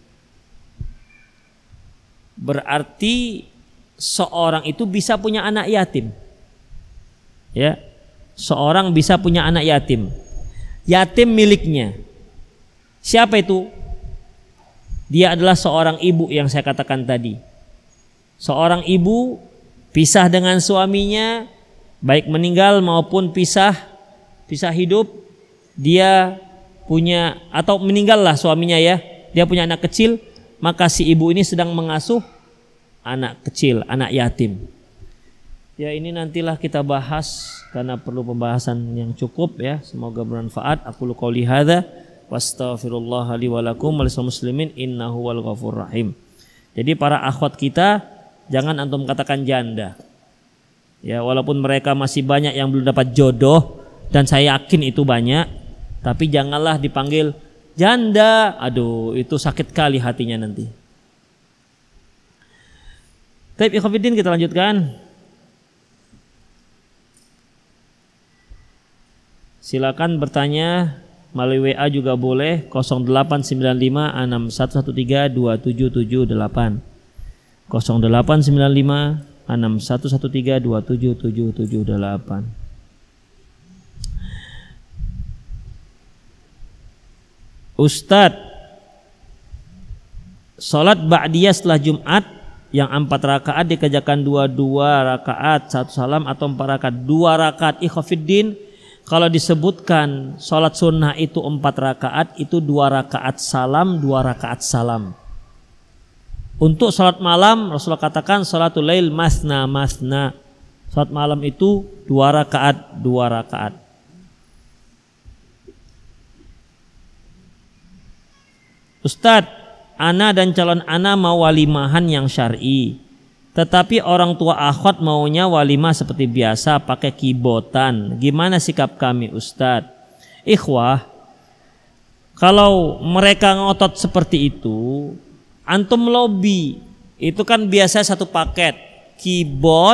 Berarti seorang itu bisa punya anak yatim. Ya, seorang bisa punya anak yatim. Yatim miliknya. Siapa itu? Dia adalah seorang ibu yang saya katakan tadi. Seorang ibu pisah dengan suaminya, baik meninggal maupun pisah pisah hidup, dia punya atau meninggallah suaminya ya, dia punya anak kecil, maka si ibu ini sedang mengasuh anak kecil, anak yatim. Ya, ini nantilah kita bahas karena perlu pembahasan yang cukup ya. Semoga bermanfaat. Aqulu qouli hadza wastaghfirullah li wa lakum wa lisal muslimin innahu wal ghafurur rahim. Jadi para akhwat kita jangan antum katakan janda. Ya, walaupun mereka masih banyak yang belum dapat jodoh dan saya yakin itu banyak, tapi janganlah dipanggil janda. Aduh, itu sakit kali hatinya nanti. Baik, ikhwatiddin, kita lanjutkan. Silakan bertanya melalui W A juga boleh, nol delapan sembilan lima enam satu satu tiga dua tujuh tujuh delapan, nol delapan sembilan lima enam satu satu tiga dua tujuh tujuh tujuh delapan. Ustadz, sholat ba'diyah setelah Jumat yang empat rakaat dikerjakan dua dua rakaat satu salam atau empat rakaat dua rakaat. Ikhwatiddin, kalau disebutkan sholat sunnah itu empat rakaat, itu dua rakaat salam, dua rakaat salam. Untuk sholat malam Rasulullah katakan sholatul lail masna masna. Sholat malam itu dua rakaat, dua rakaat. Ustadz, ana dan calon ana mau walimahan yang syar'i, tetapi orang tua akhwat maunya walimah seperti biasa pakai kibotan. Gimana sikap kami Ustadz? Ikhwah, kalau mereka ngotot seperti itu, antum lobby. Itu kan biasa satu paket, kibot,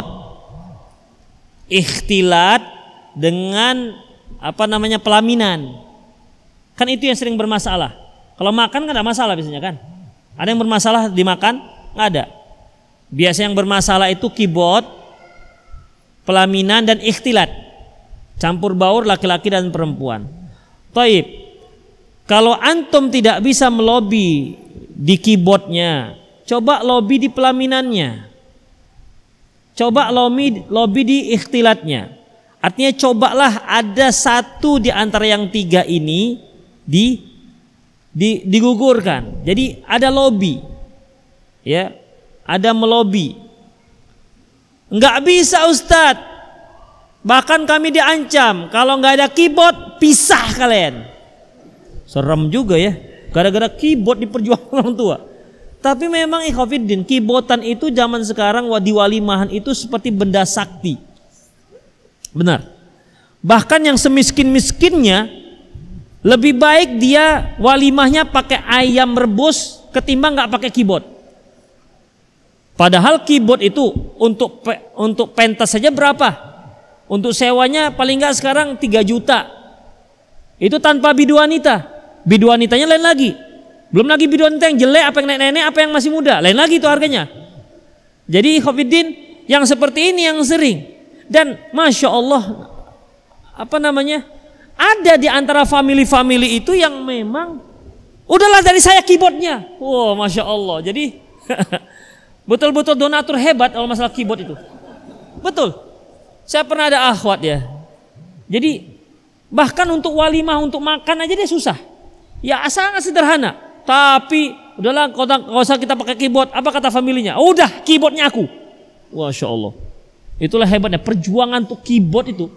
ikhtilat dengan apa namanya pelaminan. Kan itu yang sering bermasalah. Kalau makan kan ada masalah biasanya kan. Ada yang bermasalah dimakan? Nggak ada. Biasa yang bermasalah itu kibot, pelaminan dan ikhtilat, campur baur laki-laki dan perempuan. Taib, kalau antum tidak bisa melobi di kibotnya, coba lobi di pelaminannya, coba lobi, lobi di ikhtilatnya. Artinya cobalah ada satu di antara yang tiga ini di, di digugurkan. Jadi ada lobi, ya. Ada melobi. Enggak bisa Ustadz, bahkan kami diancam kalau enggak ada keyboard pisah kalian. Serem juga ya, gara-gara keyboard diperjuangkan orang tua. Tapi memang ikhwatiddin, keyboardan itu zaman sekarang di walimahan itu seperti benda sakti. Benar. Bahkan yang semiskin-miskinnya lebih baik dia walimahnya pakai ayam rebus ketimbang enggak pakai keyboard. Padahal keyboard itu untuk untuk pentas saja berapa? Untuk sewanya paling enggak sekarang tiga juta. Itu tanpa bidu wanita. Bidu wanitanya lain lagi. Belum lagi bidu wanita yang jelek, apa yang nenek-nenek, apa yang masih muda. Lain lagi itu harganya. Jadi Khofiddin yang seperti ini yang sering. Dan Masya Allah, apa namanya, ada di antara family-family itu yang memang udahlah dari saya keyboardnya. Wow, Masya Allah. Jadi betul-betul donatur hebat kalau masalah keyboard itu. Betul. Saya pernah ada akhwat ya. Jadi bahkan untuk walimah, untuk makan aja dia susah. Ya sangat sederhana. Tapi udahlah kalau usah kita pakai keyboard. Apa kata familinya? Oh, udah keyboardnya aku. Masya Allah. Itulah hebatnya perjuangan untuk keyboard itu.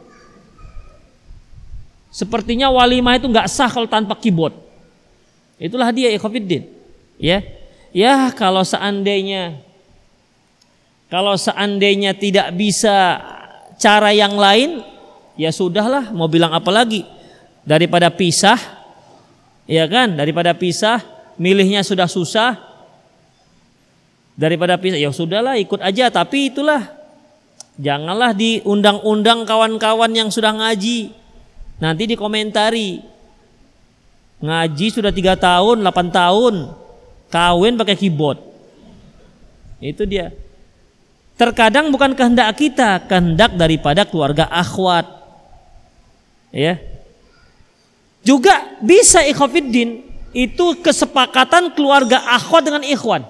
Sepertinya walimah itu nggak sah kalau tanpa keyboard. Itulah dia Khofiddin. Ya, ya kalau seandainya kalau seandainya tidak bisa cara yang lain, ya sudahlah, mau bilang apa lagi? Daripada pisah, ya kan? Daripada pisah, milihnya sudah susah. Daripada pisah, ya sudahlah, ikut aja. Tapi itulah, janganlah diundang-undang kawan-kawan yang sudah ngaji. Nanti dikomentari. Ngaji sudah tiga tahun, delapan tahun, kawin pakai keyboard. Itu dia. Terkadang bukan kehendak kita, kehendak daripada keluarga akhwat. Ya. Juga bisa Khofiddin itu kesepakatan keluarga akhwat dengan ikhwan.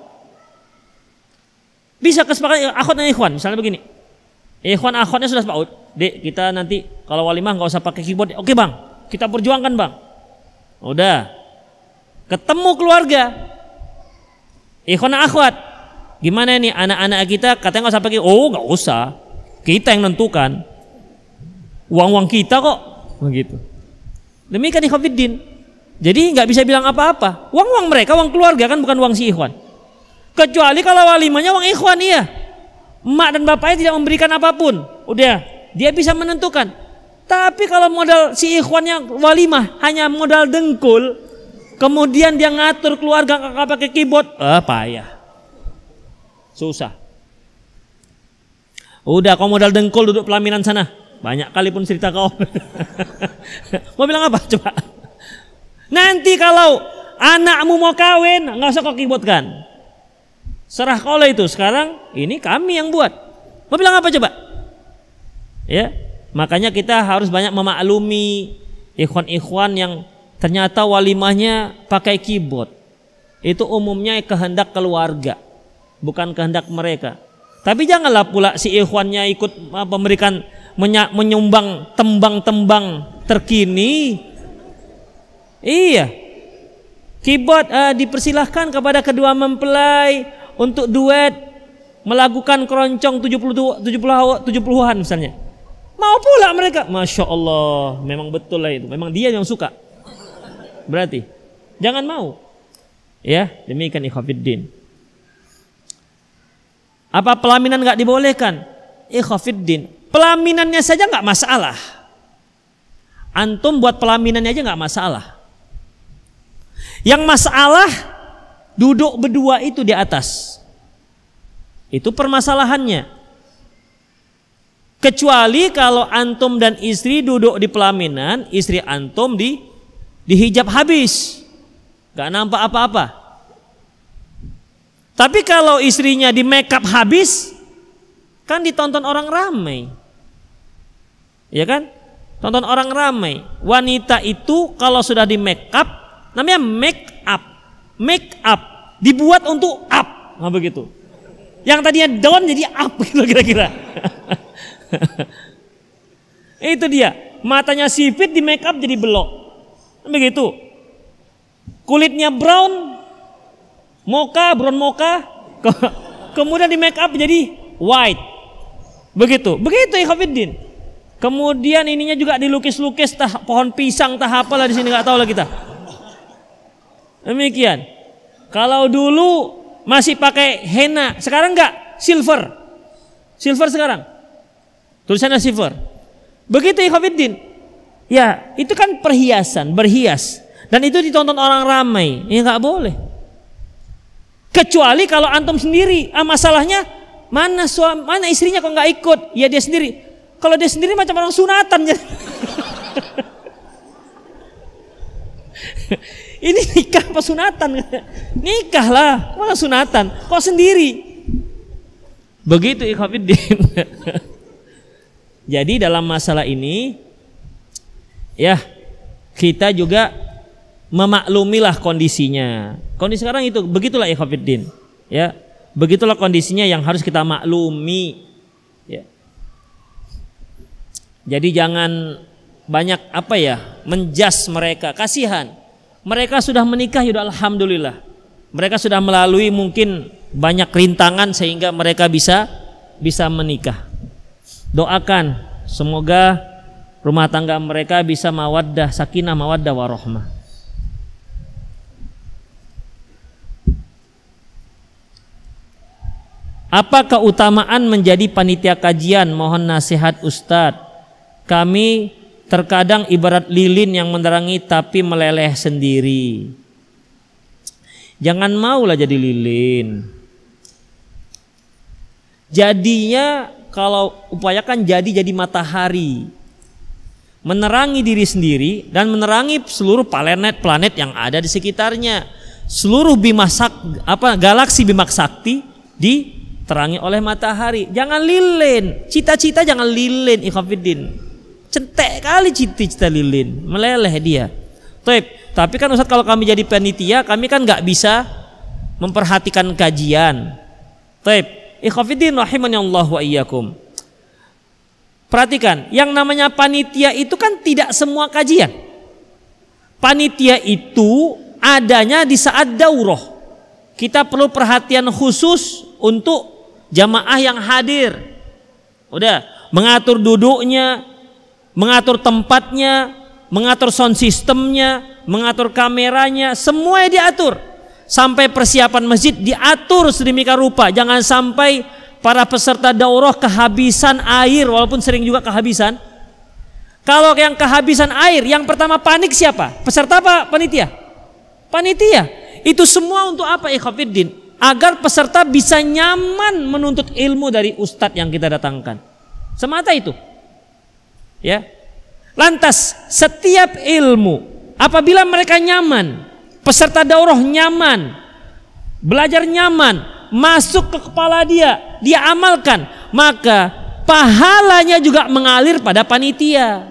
Bisa kesepakatan akhwat dengan ikhwan. Misalnya begini. Ikhwan akhwatnya sudah sepakat, Dek, kita nanti kalau walimah enggak usah pakai keyboard. Oke, Bang. Kita perjuangkan, Bang. Udah. Ketemu keluarga. Ikhwan akhwat. Gimana ini anak-anak kita katanya nggak usah pakai, oh nggak usah, kita yang nentukan, uang-uang kita kok, begitu. Demikian di Khofiddin. Jadi nggak bisa bilang apa-apa, uang-uang mereka, uang keluarga kan, bukan uang si ikhwan. Kecuali kalau walimahnya uang ikhwan, iya, emak dan bapaknya tidak memberikan apapun, udah dia bisa menentukan. Tapi kalau modal si ikhwannya walimah hanya modal dengkul, kemudian dia ngatur keluarga nggak pakai keyboard, ah payah. Susah. Udah kau modal dengkul duduk pelaminan sana. Banyak kali pun cerita kau. Mau bilang apa coba? Nanti kalau anakmu mau kawin, nggak usah kau keyboardkan. Serah kau lah itu. Sekarang ini kami yang buat. Mau bilang apa coba? Ya, makanya kita harus banyak memaklumi ikhwan-ikhwan yang ternyata walimahnya pakai keyboard. Itu umumnya kehendak keluarga, bukan kehendak mereka. Tapi janganlah pula si ikhwannya ikut memberikan menyumbang tembang-tembang terkini. Iya. Keyboard uh, dipersilahkan kepada kedua mempelai untuk duet melakukan keroncong tujuh puluhan misalnya. Mau pula mereka. Masya Allah, memang betul lah itu. Memang dia yang suka. Berarti jangan mau. Ya, demikian Khofiddin. Apa pelaminan nggak dibolehkan? Khofiddin, pelaminannya saja nggak masalah. Antum buat pelaminannya aja nggak masalah. Yang masalah duduk berdua itu di atas. Itu permasalahannya. Kecuali kalau antum dan istri duduk di pelaminan, istri antum di dihijab habis, nggak nampak apa-apa. Tapi kalau istrinya di make up habis, kan ditonton orang ramai. Ya kan? Tonton orang ramai. Wanita itu kalau sudah di make up, namanya make up. Make up dibuat untuk up, nah begitu. Yang tadinya down jadi up gitu kira-kira. Itu dia. Matanya sipit di make up jadi belok. Begitu. Kulitnya brown, mocha, brown mocha, kemudian di make up jadi white. Begitu. Begitu Khofiddin. Kemudian ininya juga dilukis-lukis tah pohon pisang tah apalah di sini nggak tahu lah kita. Demikian. Kalau dulu masih pakai henna, sekarang enggak, silver. Silver sekarang. Tulisannya silver. Begitu Khofiddin. Ya, itu kan perhiasan, berhias. Dan itu ditonton orang ramai. Ya enggak boleh. Kecuali kalau antum sendiri, ah, masalahnya mana suami, mana istrinya kok nggak ikut? Ya dia sendiri. Kalau dia sendiri macam orang sunatan. Ini nikah apa sunatan? Nikah lah, mana sunatan? Kok sendiri? Begitu ikhwatiddin. Jadi dalam masalah ini, ya kita juga memaklumilah kondisinya. Kondisi sekarang itu begitulah ikhwatiddin. Ya, begitulah kondisinya yang harus kita maklumi. Ya. Jadi jangan banyak apa ya menjas mereka, kasihan. Mereka sudah menikah, ya alhamdulillah. Mereka sudah melalui mungkin banyak rintangan sehingga mereka bisa bisa menikah. Doakan semoga rumah tangga mereka bisa mawaddah, sakinah, mawaddah warahmah. Apa keutamaan menjadi panitia kajian? Mohon nasihat Ustadz. Kami terkadang ibarat lilin yang menerangi tapi meleleh sendiri. Jangan maulah jadi lilin. Jadinya kalau upayakan jadi jadi matahari, menerangi diri sendiri dan menerangi seluruh planet-planet yang ada di sekitarnya. Seluruh bima sak, apa galaksi Bima Sakti diterangi oleh matahari. Jangan lilin, cita-cita jangan lilin, ikhwatiddin. Centek kali cita-cita lilin, meleleh dia. Taip, tapi kan Ustaz kalau kami jadi panitia, kami kan nggak bisa memperhatikan kajian. Taip, ikhwatiddin rahimanallah wa iyyakum. Perhatikan, yang namanya panitia itu kan tidak semua kajian. Panitia itu adanya di saat daurah. Kita perlu perhatian khusus untuk jamaah yang hadir. Udah, mengatur duduknya, mengatur tempatnya, mengatur sound systemnya, mengatur kameranya, semuanya diatur. Sampai persiapan masjid diatur sedemikian rupa. Jangan sampai para peserta daurah kehabisan air, walaupun sering juga kehabisan. Kalau yang kehabisan air, yang pertama panik siapa? Peserta apa panitia? Panitia. Itu semua untuk apa ikhwatiddin? Agar peserta bisa nyaman menuntut ilmu dari ustadz yang kita datangkan. Semata itu. Ya. Lantas setiap ilmu apabila mereka nyaman, peserta daurah nyaman, belajar nyaman, masuk ke kepala dia, dia amalkan, maka pahalanya juga mengalir pada panitia.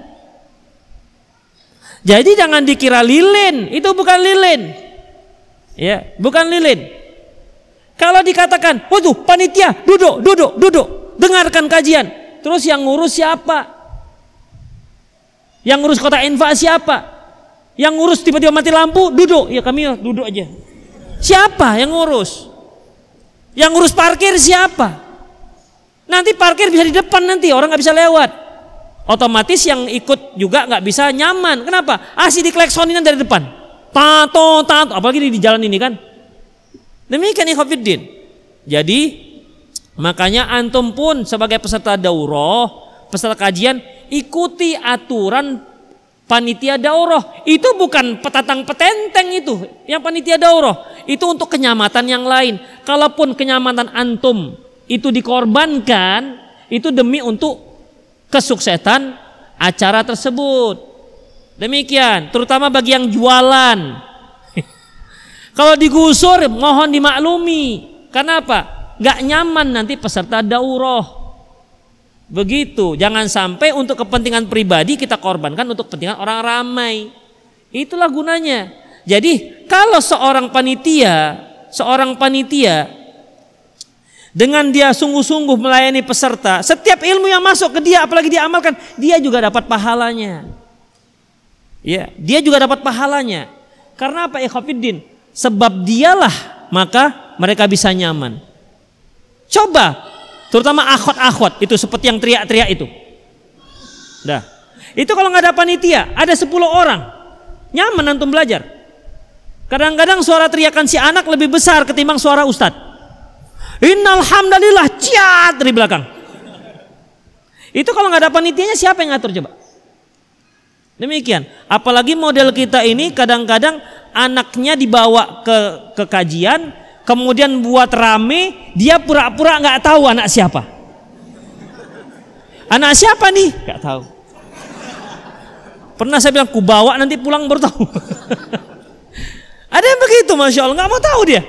Jadi jangan dikira lilin, itu bukan lilin. Ya, bukan lilin. Kalau dikatakan, waduh panitia, duduk, duduk, duduk, dengarkan kajian. Terus yang ngurus siapa? Yang ngurus kota infak siapa? Yang ngurus tiba-tiba mati lampu, duduk. Ya kami duduk aja. Siapa yang ngurus? Yang ngurus parkir siapa? Nanti parkir bisa di depan, nanti orang nggak bisa lewat. Otomatis yang ikut juga nggak bisa nyaman. Kenapa? Asih dikleksonin dari depan. Tato, tato. Apalagi di jalan ini kan. Demikian ikhwatiddin. Jadi makanya antum pun sebagai peserta daurah, peserta kajian, ikuti aturan panitia daurah. Itu bukan petatang petenteng itu. Yang panitia daurah itu untuk kenyamanan yang lain. Kalaupun kenyamanan antum itu dikorbankan, itu demi untuk kesuksesan acara tersebut. Demikian, terutama bagi yang jualan. Kalau digusur mohon dimaklumi. Kenapa? Gak nyaman nanti peserta daurah. Begitu, jangan sampai untuk kepentingan pribadi kita korbankan untuk kepentingan orang ramai. Itulah gunanya. Jadi kalau seorang panitia, seorang panitia dengan dia sungguh-sungguh melayani peserta, setiap ilmu yang masuk ke dia apalagi dia amalkan, dia juga dapat pahalanya. Ya, dia juga dapat pahalanya. Karena apa ikhwatiddin? Sebab dialah maka mereka bisa nyaman. Coba, terutama akhwat-akhwat itu seperti yang teriak-teriak itu. Dah. Itu kalau nggak ada panitia, ada sepuluh orang. Nyaman antum belajar. Kadang-kadang suara teriakan si anak lebih besar ketimbang suara ustadz. Innal hamdalillah ciat dari belakang. Itu kalau nggak ada panitianya siapa yang ngatur coba? Demikian. Apalagi model kita ini kadang-kadang anaknya dibawa ke ke kajian, kemudian buat rame, dia pura-pura nggak tahu anak siapa. Anak siapa nih? Nggak tahu. Pernah saya bilang, ku bawa nanti pulang baru tahu. Ada yang begitu, masya Allah, nggak mau tahu dia.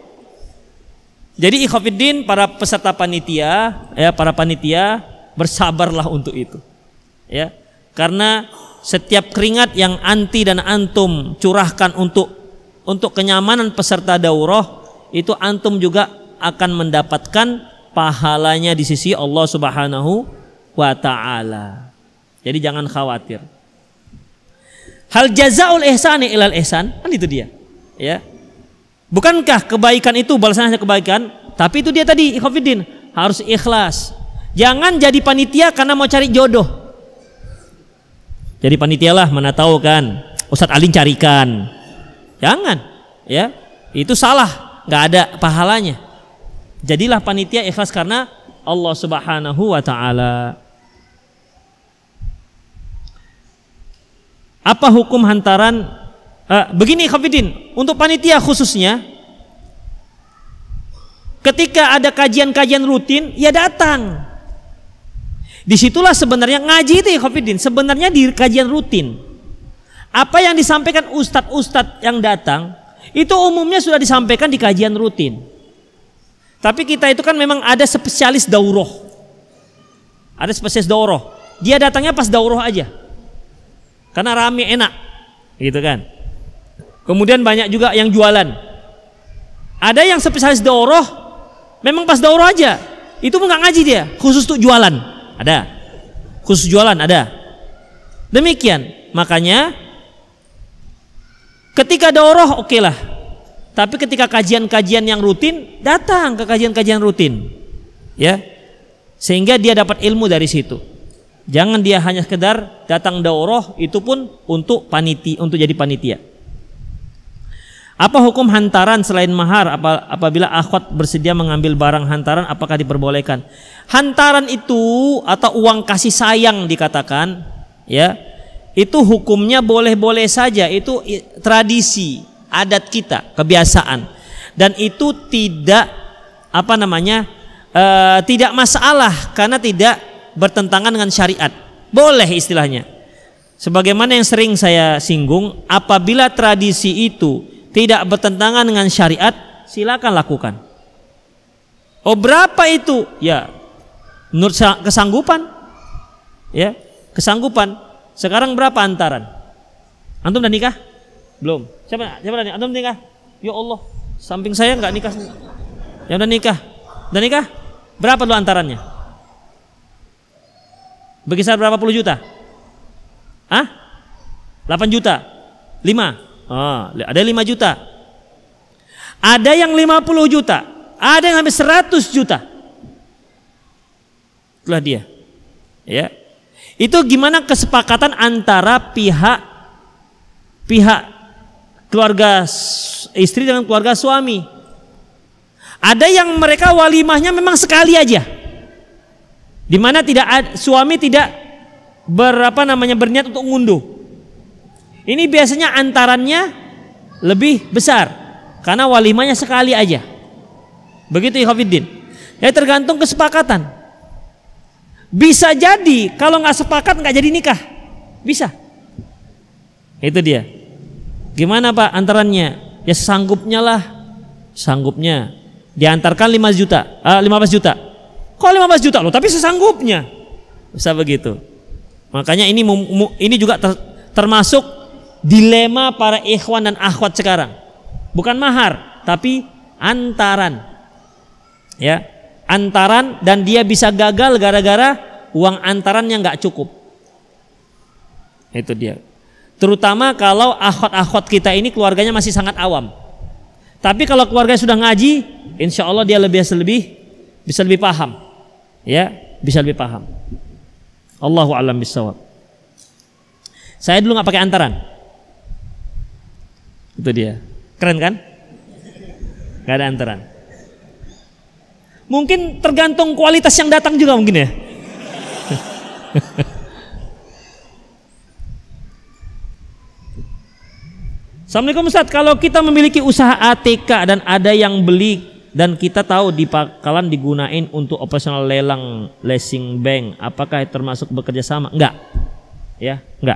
Jadi ikhwatiddin, para peserta panitia, ya para panitia, bersabarlah untuk itu, ya, karena setiap keringat yang anti dan antum curahkan untuk untuk kenyamanan peserta daurah, itu antum juga akan mendapatkan pahalanya di sisi Allah Subhanahu wa Ta'ala. Jadi jangan khawatir. Hal jazaul ihsani ilal ihsan, kan itu dia, ya. Bukankah kebaikan itu balasannya kebaikan? Tapi itu dia tadi, ikhwatiddin, harus ikhlas. Jangan jadi panitia karena mau cari jodoh. Jadi panitia lah, mana tahu kan Ustadz Alin carikan. Jangan, ya. Itu salah, nggak ada pahalanya. Jadilah panitia ikhlas karena Allah Subhanahu wa Ta'ala. Apa hukum hantaran? Uh, begini ikhwatiddin, untuk panitia khususnya, ketika ada kajian-kajian rutin, ya datang. Disitulah sebenarnya ngaji itu ikhwatiddin, sebenarnya di kajian rutin. Apa yang disampaikan ustadz-ustadz yang datang, itu umumnya sudah disampaikan di kajian rutin. Tapi kita itu kan memang ada spesialis daurah. Ada spesialis daurah. Dia datangnya pas daurah aja. Karena rame enak. Gitu kan. Kemudian banyak juga yang jualan. Ada yang spesialis daurah, memang pas daurah aja. Itu pun nggak ngaji dia, khusus untuk jualan. Ada. Khusus jualan ada. Demikian. Makanya ketika daurah oke lah. Tapi ketika kajian-kajian yang rutin, datang ke kajian-kajian rutin. Ya. Sehingga dia dapat ilmu dari situ. Jangan dia hanya sekedar datang daurah, itu pun untuk panitia, untuk jadi panitia. Apa hukum hantaran selain mahar apabila akhwat bersedia mengambil barang hantaran, apakah diperbolehkan? Hantaran itu atau uang kasih sayang dikatakan, ya, itu hukumnya boleh-boleh saja, itu tradisi, adat kita, kebiasaan, dan itu tidak apa namanya e, tidak masalah karena tidak bertentangan dengan syariat, boleh istilahnya. Sebagaimana yang sering saya singgung, apabila tradisi itu tidak bertentangan dengan syariat, silakan lakukan. Oh berapa itu? Ya, menurut kesanggupan. Ya, kesanggupan. Sekarang berapa antaran? Antum udah nikah? Belum. Siapa? Siapa udah nikah? Antum nikah? Ya Allah, samping saya nggak nikah. Yang udah nikah? Udah nikah? Berapa dulu antarannya? Berkisar berapa puluh juta? Hah? delapan juta? lima? Oh, ada lima juta. Ada yang lima puluh juta. Ada yang sampai seratus juta. Itulah dia. Ya. Itu gimana kesepakatan antara pihak pihak keluarga istri dengan keluarga suami. Ada yang mereka walimahnya memang sekali aja. Di mana tidak ada, suami tidak berapa namanya berniat untuk ngunduh. Ini biasanya antarannya lebih besar karena walimahnya sekali aja. Begitu ikhwatiddin. Ya tergantung kesepakatan. Bisa jadi kalau nggak sepakat nggak jadi nikah. Bisa. Itu dia. Gimana Pak antarannya? Ya sanggupnya lah. Sanggupnya. Diantarkan lima juta, uh, lima belas juta. Kok lima belas juta loh? Tapi sesanggupnya. Bisa begitu. Makanya ini ini juga ter, termasuk dilema para ikhwan dan akhwat sekarang. Bukan mahar, tapi antaran. Ya, antaran, dan dia bisa gagal gara-gara uang antarannya nggak cukup. Itu dia. Terutama kalau akhwat-akhwat kita ini keluarganya masih sangat awam. Tapi kalau keluarga sudah ngaji, insya Allah dia lebih lebih bisa lebih paham. Ya, bisa lebih paham. Allahu a'lam bishawab. Saya dulu nggak pakai antaran. Itu dia. Keren kan? Gak ada antaran. Mungkin tergantung kualitas yang datang juga mungkin ya. Assalamualaikum Ustaz, kalau kita memiliki usaha A T K dan ada yang beli dan kita tahu di bakalan digunain untuk operasional lelang leasing bank, apakah termasuk bekerja sama? Enggak. Ya, enggak.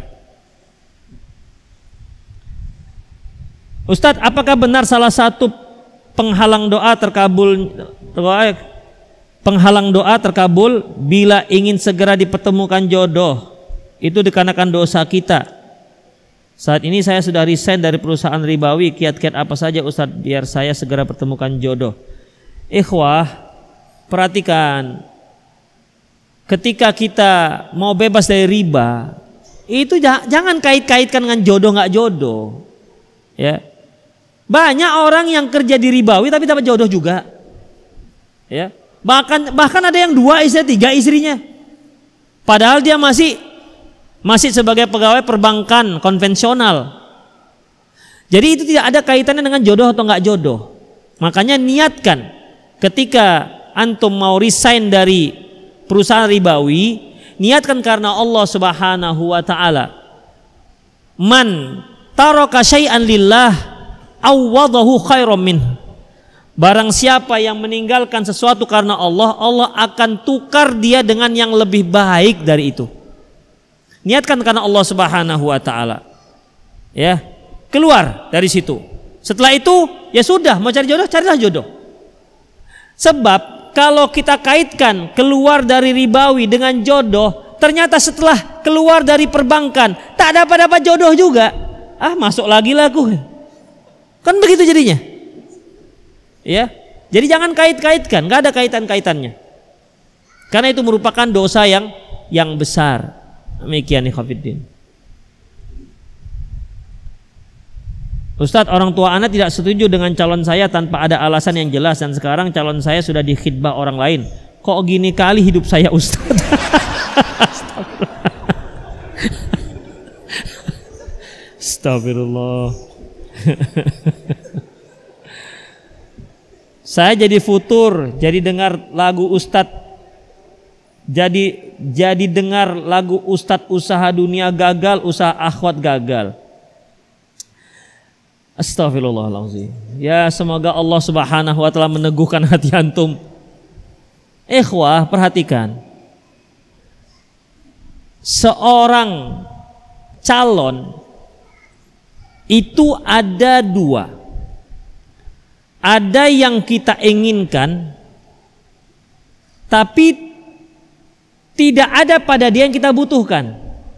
Ustaz, apakah benar salah satu penghalang doa terkabul penghalang doa terkabul bila ingin segera dipertemukan jodoh itu dikarenakan dosa kita? Saat ini saya sudah resign dari perusahaan ribawi, kiat-kiat apa saja Ustaz biar saya segera pertemukan jodoh? Ikhwah, perhatikan, ketika kita mau bebas dari riba, itu jangan kait-kaitkan dengan jodoh nggak jodoh. Ya, banyak orang yang kerja di ribawi tapi dapat jodoh juga. Ya, bahkan bahkan ada yang dua istri, tiga istrinya, padahal dia masih masih sebagai pegawai perbankan konvensional. Jadi itu tidak ada kaitannya dengan jodoh atau nggak jodoh. Makanya niatkan ketika antum mau resign dari perusahaan ribawi, niatkan karena Allah Subhanahu wa taala. Man taraka syai'an lillah awwadahu khairam min. Barang siapa yang meninggalkan sesuatu karena Allah, Allah akan tukar dia dengan yang lebih baik dari itu. Niatkan karena Allah Subhanahu wa taala. Ya, keluar dari situ. Setelah itu ya sudah, mau cari jodoh, carilah jodoh. Sebab kalau kita kaitkan keluar dari ribawi dengan jodoh, ternyata setelah keluar dari perbankan tak dapat-dapat jodoh juga. Ah, masuk lagi lah aku. Kan begitu jadinya. Ya. Jadi jangan kait-kaitkan, enggak ada kaitan-kaitannya. Karena itu merupakan dosa yang yang besar. Demikian ikhwatiddin. Ustadz, orang tua anak tidak setuju dengan calon saya tanpa ada alasan yang jelas dan sekarang calon saya sudah dikhidbah orang lain. Kok gini kali hidup saya Ustadz? Astagfirullah. Saya jadi futur, jadi dengar lagu Ustadz. Jadi jadi dengar lagu Ustadz usaha dunia gagal, usaha akhwat gagal. Astagfirullahaladzim. Ya, semoga Allah Subhanahu wa taala meneguhkan hati antum. Ikhwah, perhatikan. Seorang calon itu ada dua. Ada yang kita inginkan tapi tidak ada pada dia yang kita butuhkan.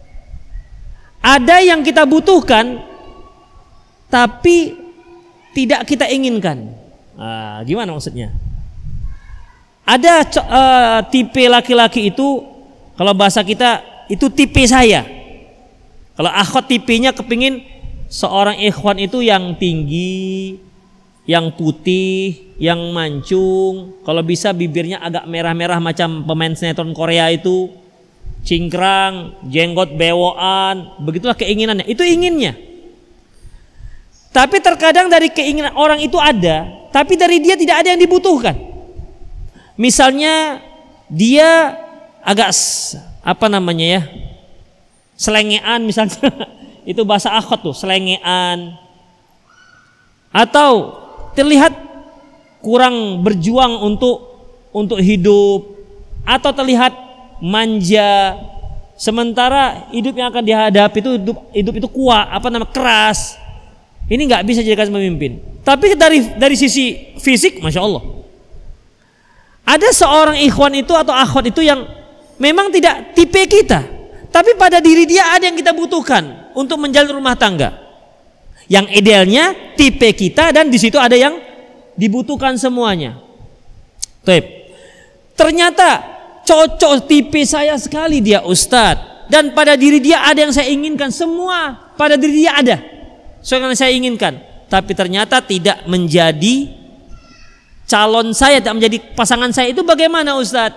Ada yang kita butuhkan tapi tidak kita inginkan. Nah, gimana maksudnya? Ada uh, tipe laki-laki itu, kalau bahasa kita itu tipe saya. Kalau akhwat tipenya kepingin seorang ikhwan itu yang tinggi, yang putih, yang mancung, kalau bisa bibirnya agak merah-merah macam pemain sinetron Korea itu, cingkrang, jenggot bewoan, begitulah keinginannya. Itu inginnya. Tapi terkadang dari keinginan orang itu ada, tapi dari dia tidak ada yang dibutuhkan. Misalnya dia agak apa namanya ya, selengean misalnya, itu bahasa akhwat tuh, selengean, atau terlihat kurang berjuang untuk untuk hidup, atau terlihat manja, sementara hidup yang akan dihadapi itu hidup, hidup itu kuat, apa nama keras. Ini nggak bisa jadikan pemimpin. Tapi dari dari sisi fisik, masya Allah, ada seorang ikhwan itu atau akhwat itu yang memang tidak tipe kita, tapi pada diri dia ada yang kita butuhkan untuk menjalin rumah tangga. Yang idealnya tipe kita dan di situ ada yang dibutuhkan semuanya. Baik. Ternyata cocok tipe saya sekali dia Ustadz, dan pada diri dia ada yang saya inginkan, semua pada diri dia ada. Soalnya saya inginkan, tapi ternyata tidak menjadi calon saya, tidak menjadi pasangan saya. Itu bagaimana Ustadz?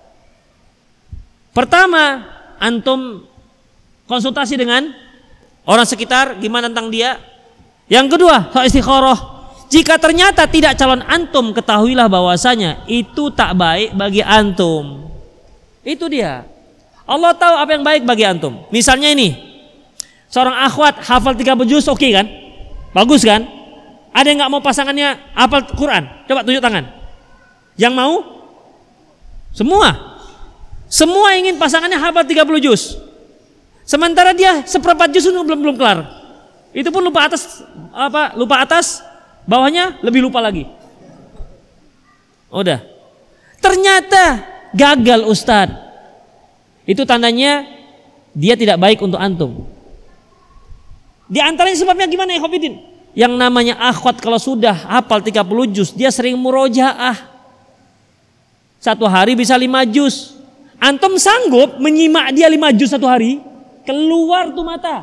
Pertama, antum konsultasi dengan orang sekitar, gimana tentang dia. Yang kedua, soal istikharah. Jika ternyata tidak calon antum, ketahuilah bahwasanya itu tak baik bagi antum. Itu dia. Allah tahu apa yang baik bagi antum. Misalnya ini, seorang akhwat hafal tiga puluh juz, oke okay kan? Bagus kan? Ada yang nggak mau pasangannya hafal Quran? Coba tunjuk tangan. Yang mau? Semua. Semua ingin pasangannya hafal tiga puluh juz. Sementara dia seperempat juz belum belum kelar. Itu pun lupa atas apa? Lupa atas, bawahnya lebih lupa lagi. Udah. Ternyata gagal Ustadz. Itu tandanya dia tidak baik untuk antum. Di antaranya sebabnya gimana ya Khofidin? Yang namanya akhwat kalau sudah hafal tiga puluh juz, dia sering murojaah. Satu hari bisa lima juz. Antum sanggup menyimak dia lima juz satu hari? Keluar tuh mata.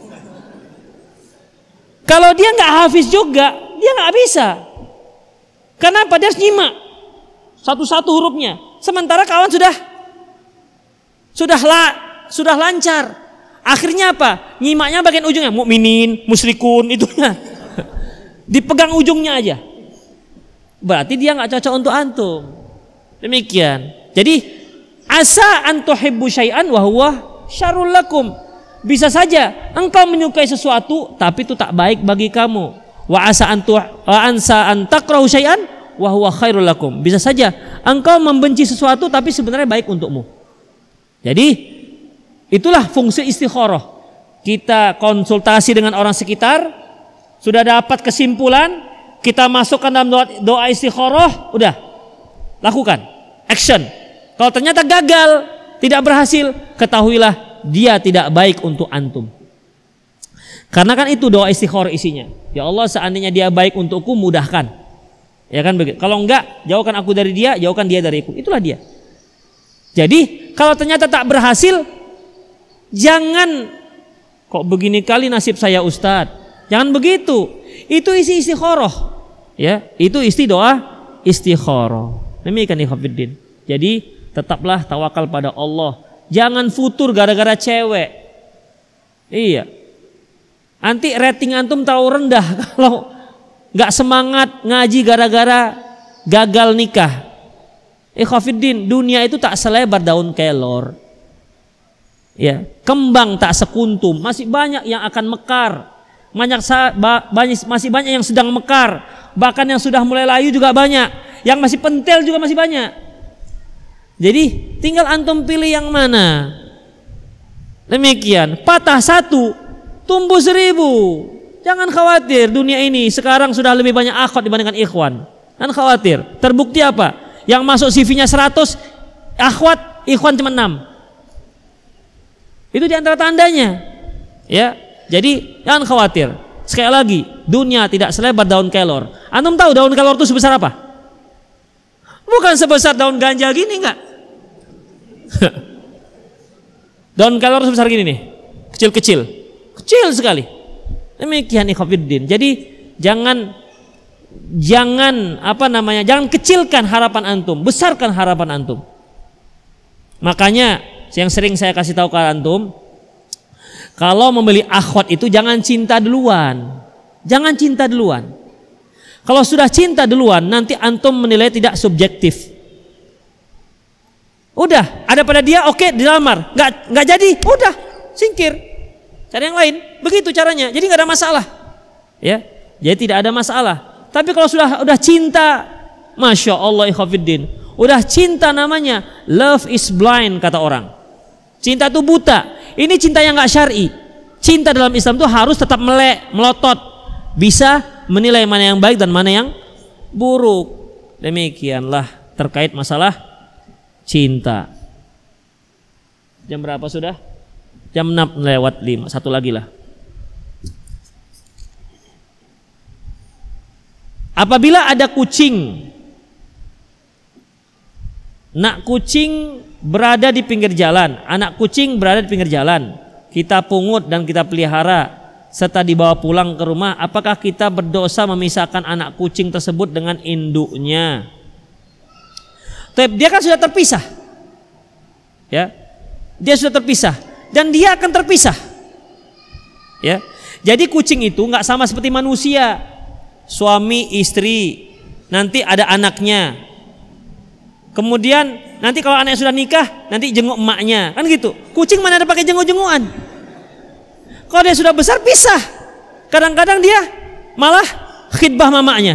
Kalau dia nggak hafiz juga, dia nggak bisa. Kenapa? Dia harus nyimak satu-satu hurufnya. Sementara kawan sudah sudah la, sudah lancar. Akhirnya apa? Nyimaknya bagian ujungnya, mukminin, musyrikun, itunya. Dipegang ujungnya aja. Berarti dia nggak cocok untuk antum. Demikian. Jadi asa an tuhibbu syai'an wa huwa syarrul lakum. Bisa saja engkau menyukai sesuatu tapi itu tak baik bagi kamu. Wa asa an tu wa ansa an takrahu syai'an wa huwa khairul lakum. Bisa saja engkau membenci sesuatu tapi sebenarnya baik untukmu. Jadi itulah fungsi istikharah. Kita konsultasi dengan orang sekitar, sudah dapat kesimpulan, kita masukkan dalam doa, doa istikharah, udah lakukan, action. Kalau ternyata gagal, tidak berhasil, ketahuilah dia tidak baik untuk antum. Karena kan itu doa istikharah isinya. Ya Allah, seandainya dia baik untukku, mudahkan. Ya kan begitu. Kalau enggak, jauhkan aku dari dia, jauhkan dia dariku. Itulah dia. Jadi kalau ternyata tak berhasil, jangan kok begini kali nasib saya Ustadz. Jangan begitu. Itu isi istikharah. Ya, itu isti doa istikharah. Demikian ikhwatiddin. Jadi tetaplah tawakal pada Allah. Jangan futur gara-gara cewek. Iya. Nanti rating antum terlalu rendah kalau nggak semangat ngaji gara-gara gagal nikah. Ikhwatiddin, dunia itu tak selebar daun kelor. Ya, kembang tak sekuntum, masih banyak yang akan mekar. Banyak, masih banyak yang sedang mekar, bahkan yang sudah mulai layu juga banyak, yang masih pentel juga masih banyak. Jadi tinggal antum pilih yang mana. Demikian, patah satu, tumbuh seribu. Jangan khawatir, dunia ini sekarang sudah lebih banyak akhwat dibandingkan ikhwan. Jangan khawatir. Terbukti apa? Yang masuk C V-nya seratus akhwat, ikhwan cuma enam. Itu diantara tandanya. Ya, jadi jangan khawatir. Sekali lagi, dunia tidak selebar daun kelor. Antum tahu daun kelor itu sebesar apa? Bukan sebesar daun ganja gini enggak? Daun kelor sebesar gini nih, kecil-kecil, kecil sekali. Demikian ikhwatiddin. Jadi jangan jangan apa namanya, jangan kecilkan harapan antum, besarkan harapan antum. Makanya yang sering saya kasih tahu ke antum, kalau membeli akhwat itu jangan cinta duluan. Jangan cinta duluan. Kalau sudah cinta duluan, nanti antum menilai tidak subjektif. Udah, ada pada dia, oke, dilamar. Nggak, nggak jadi, udah, singkir. Cari yang lain. Begitu caranya. Jadi nggak ada masalah. Ya, jadi tidak ada masalah. Tapi kalau sudah udah cinta, masya Allah ikhwatiddin, udah cinta namanya love is blind kata orang. Cinta itu buta. Ini cinta yang nggak syar'i. Cinta dalam Islam itu harus tetap melek, melotot, bisa menilai mana yang baik dan mana yang buruk. Demikianlah terkait masalah cinta. Jam berapa sudah? Jam enam lewat lima. Satu lagi lah. Apabila ada kucing, nak kucing berada di pinggir jalan, anak kucing berada di pinggir jalan, kita pungut dan kita pelihara serta dibawa pulang ke rumah, apakah kita berdosa memisahkan anak kucing tersebut dengan induknya? Dia kan sudah terpisah, ya, dia sudah terpisah dan dia akan terpisah, ya. Jadi kucing itu nggak sama seperti manusia, suami istri, nanti ada anaknya. Kemudian nanti kalau anaknya sudah nikah, nanti jenguk emaknya, kan gitu. Kucing mana ada pakai jenguk-jengukan? Kalau dia sudah besar pisah. Kadang-kadang dia malah khidbah mamanya.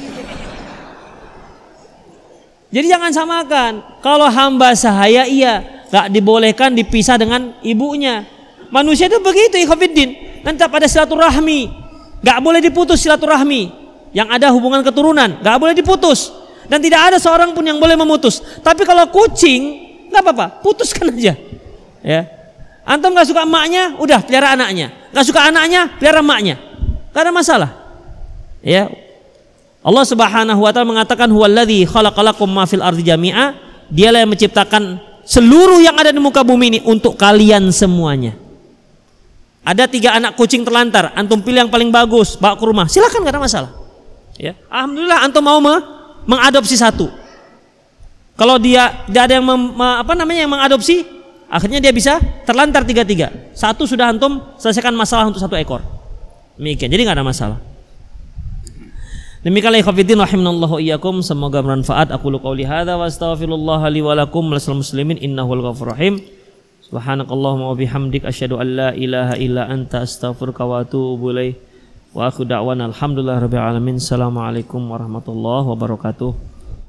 Jadi jangan samakan. Kalau hamba sahaya iya, gak dibolehkan dipisah dengan ibunya. Manusia itu begitu, ikhwatiddin. Nanti pada silaturahmi, gak boleh diputus silaturahmi. Yang ada hubungan keturunan, gak boleh diputus. Dan tidak ada seorang pun yang boleh memutus. Tapi kalau kucing, gak apa-apa, putuskan aja. Ya, antum gak suka emaknya, udah pelihara anaknya. Gak suka anaknya, pelihara emaknya. Gak ada masalah. Ya, Allah Subhanahu wa taala mengatakan huwallazi khalaqalakum ma fil ardi jami'a, dialah yang menciptakan seluruh yang ada di muka bumi ini untuk kalian semuanya. Ada tiga anak kucing terlantar, antum pilih yang paling bagus, bawa ke rumah, silakan, gak ada masalah. Ya, alhamdulillah antum mau me mengadopsi satu. Kalau dia tidak ada yang mem, apa namanya yang mengadopsi, akhirnya dia bisa terlantar tiga-tiga. Satu sudah antum selesaikan masalah untuk satu ekor. Demikian, jadi nggak ada masalah. Demikianlah ikhwatiddin rahimanallahu iyyakum, semoga bermanfaat. Aku lu qauli hadza wa astaghfirullah li wa lakum wa lil muslimin innahu al-ghafurur rahim. Subhanakallahumma wa bihamdik asyhadu an la ilaha illa anta astaghfiruka wa atubu ilaik. Wa akhu da'wana alhamdulillah rabbil alamin. Assalamualaikum warahmatullahi wabarakatuh.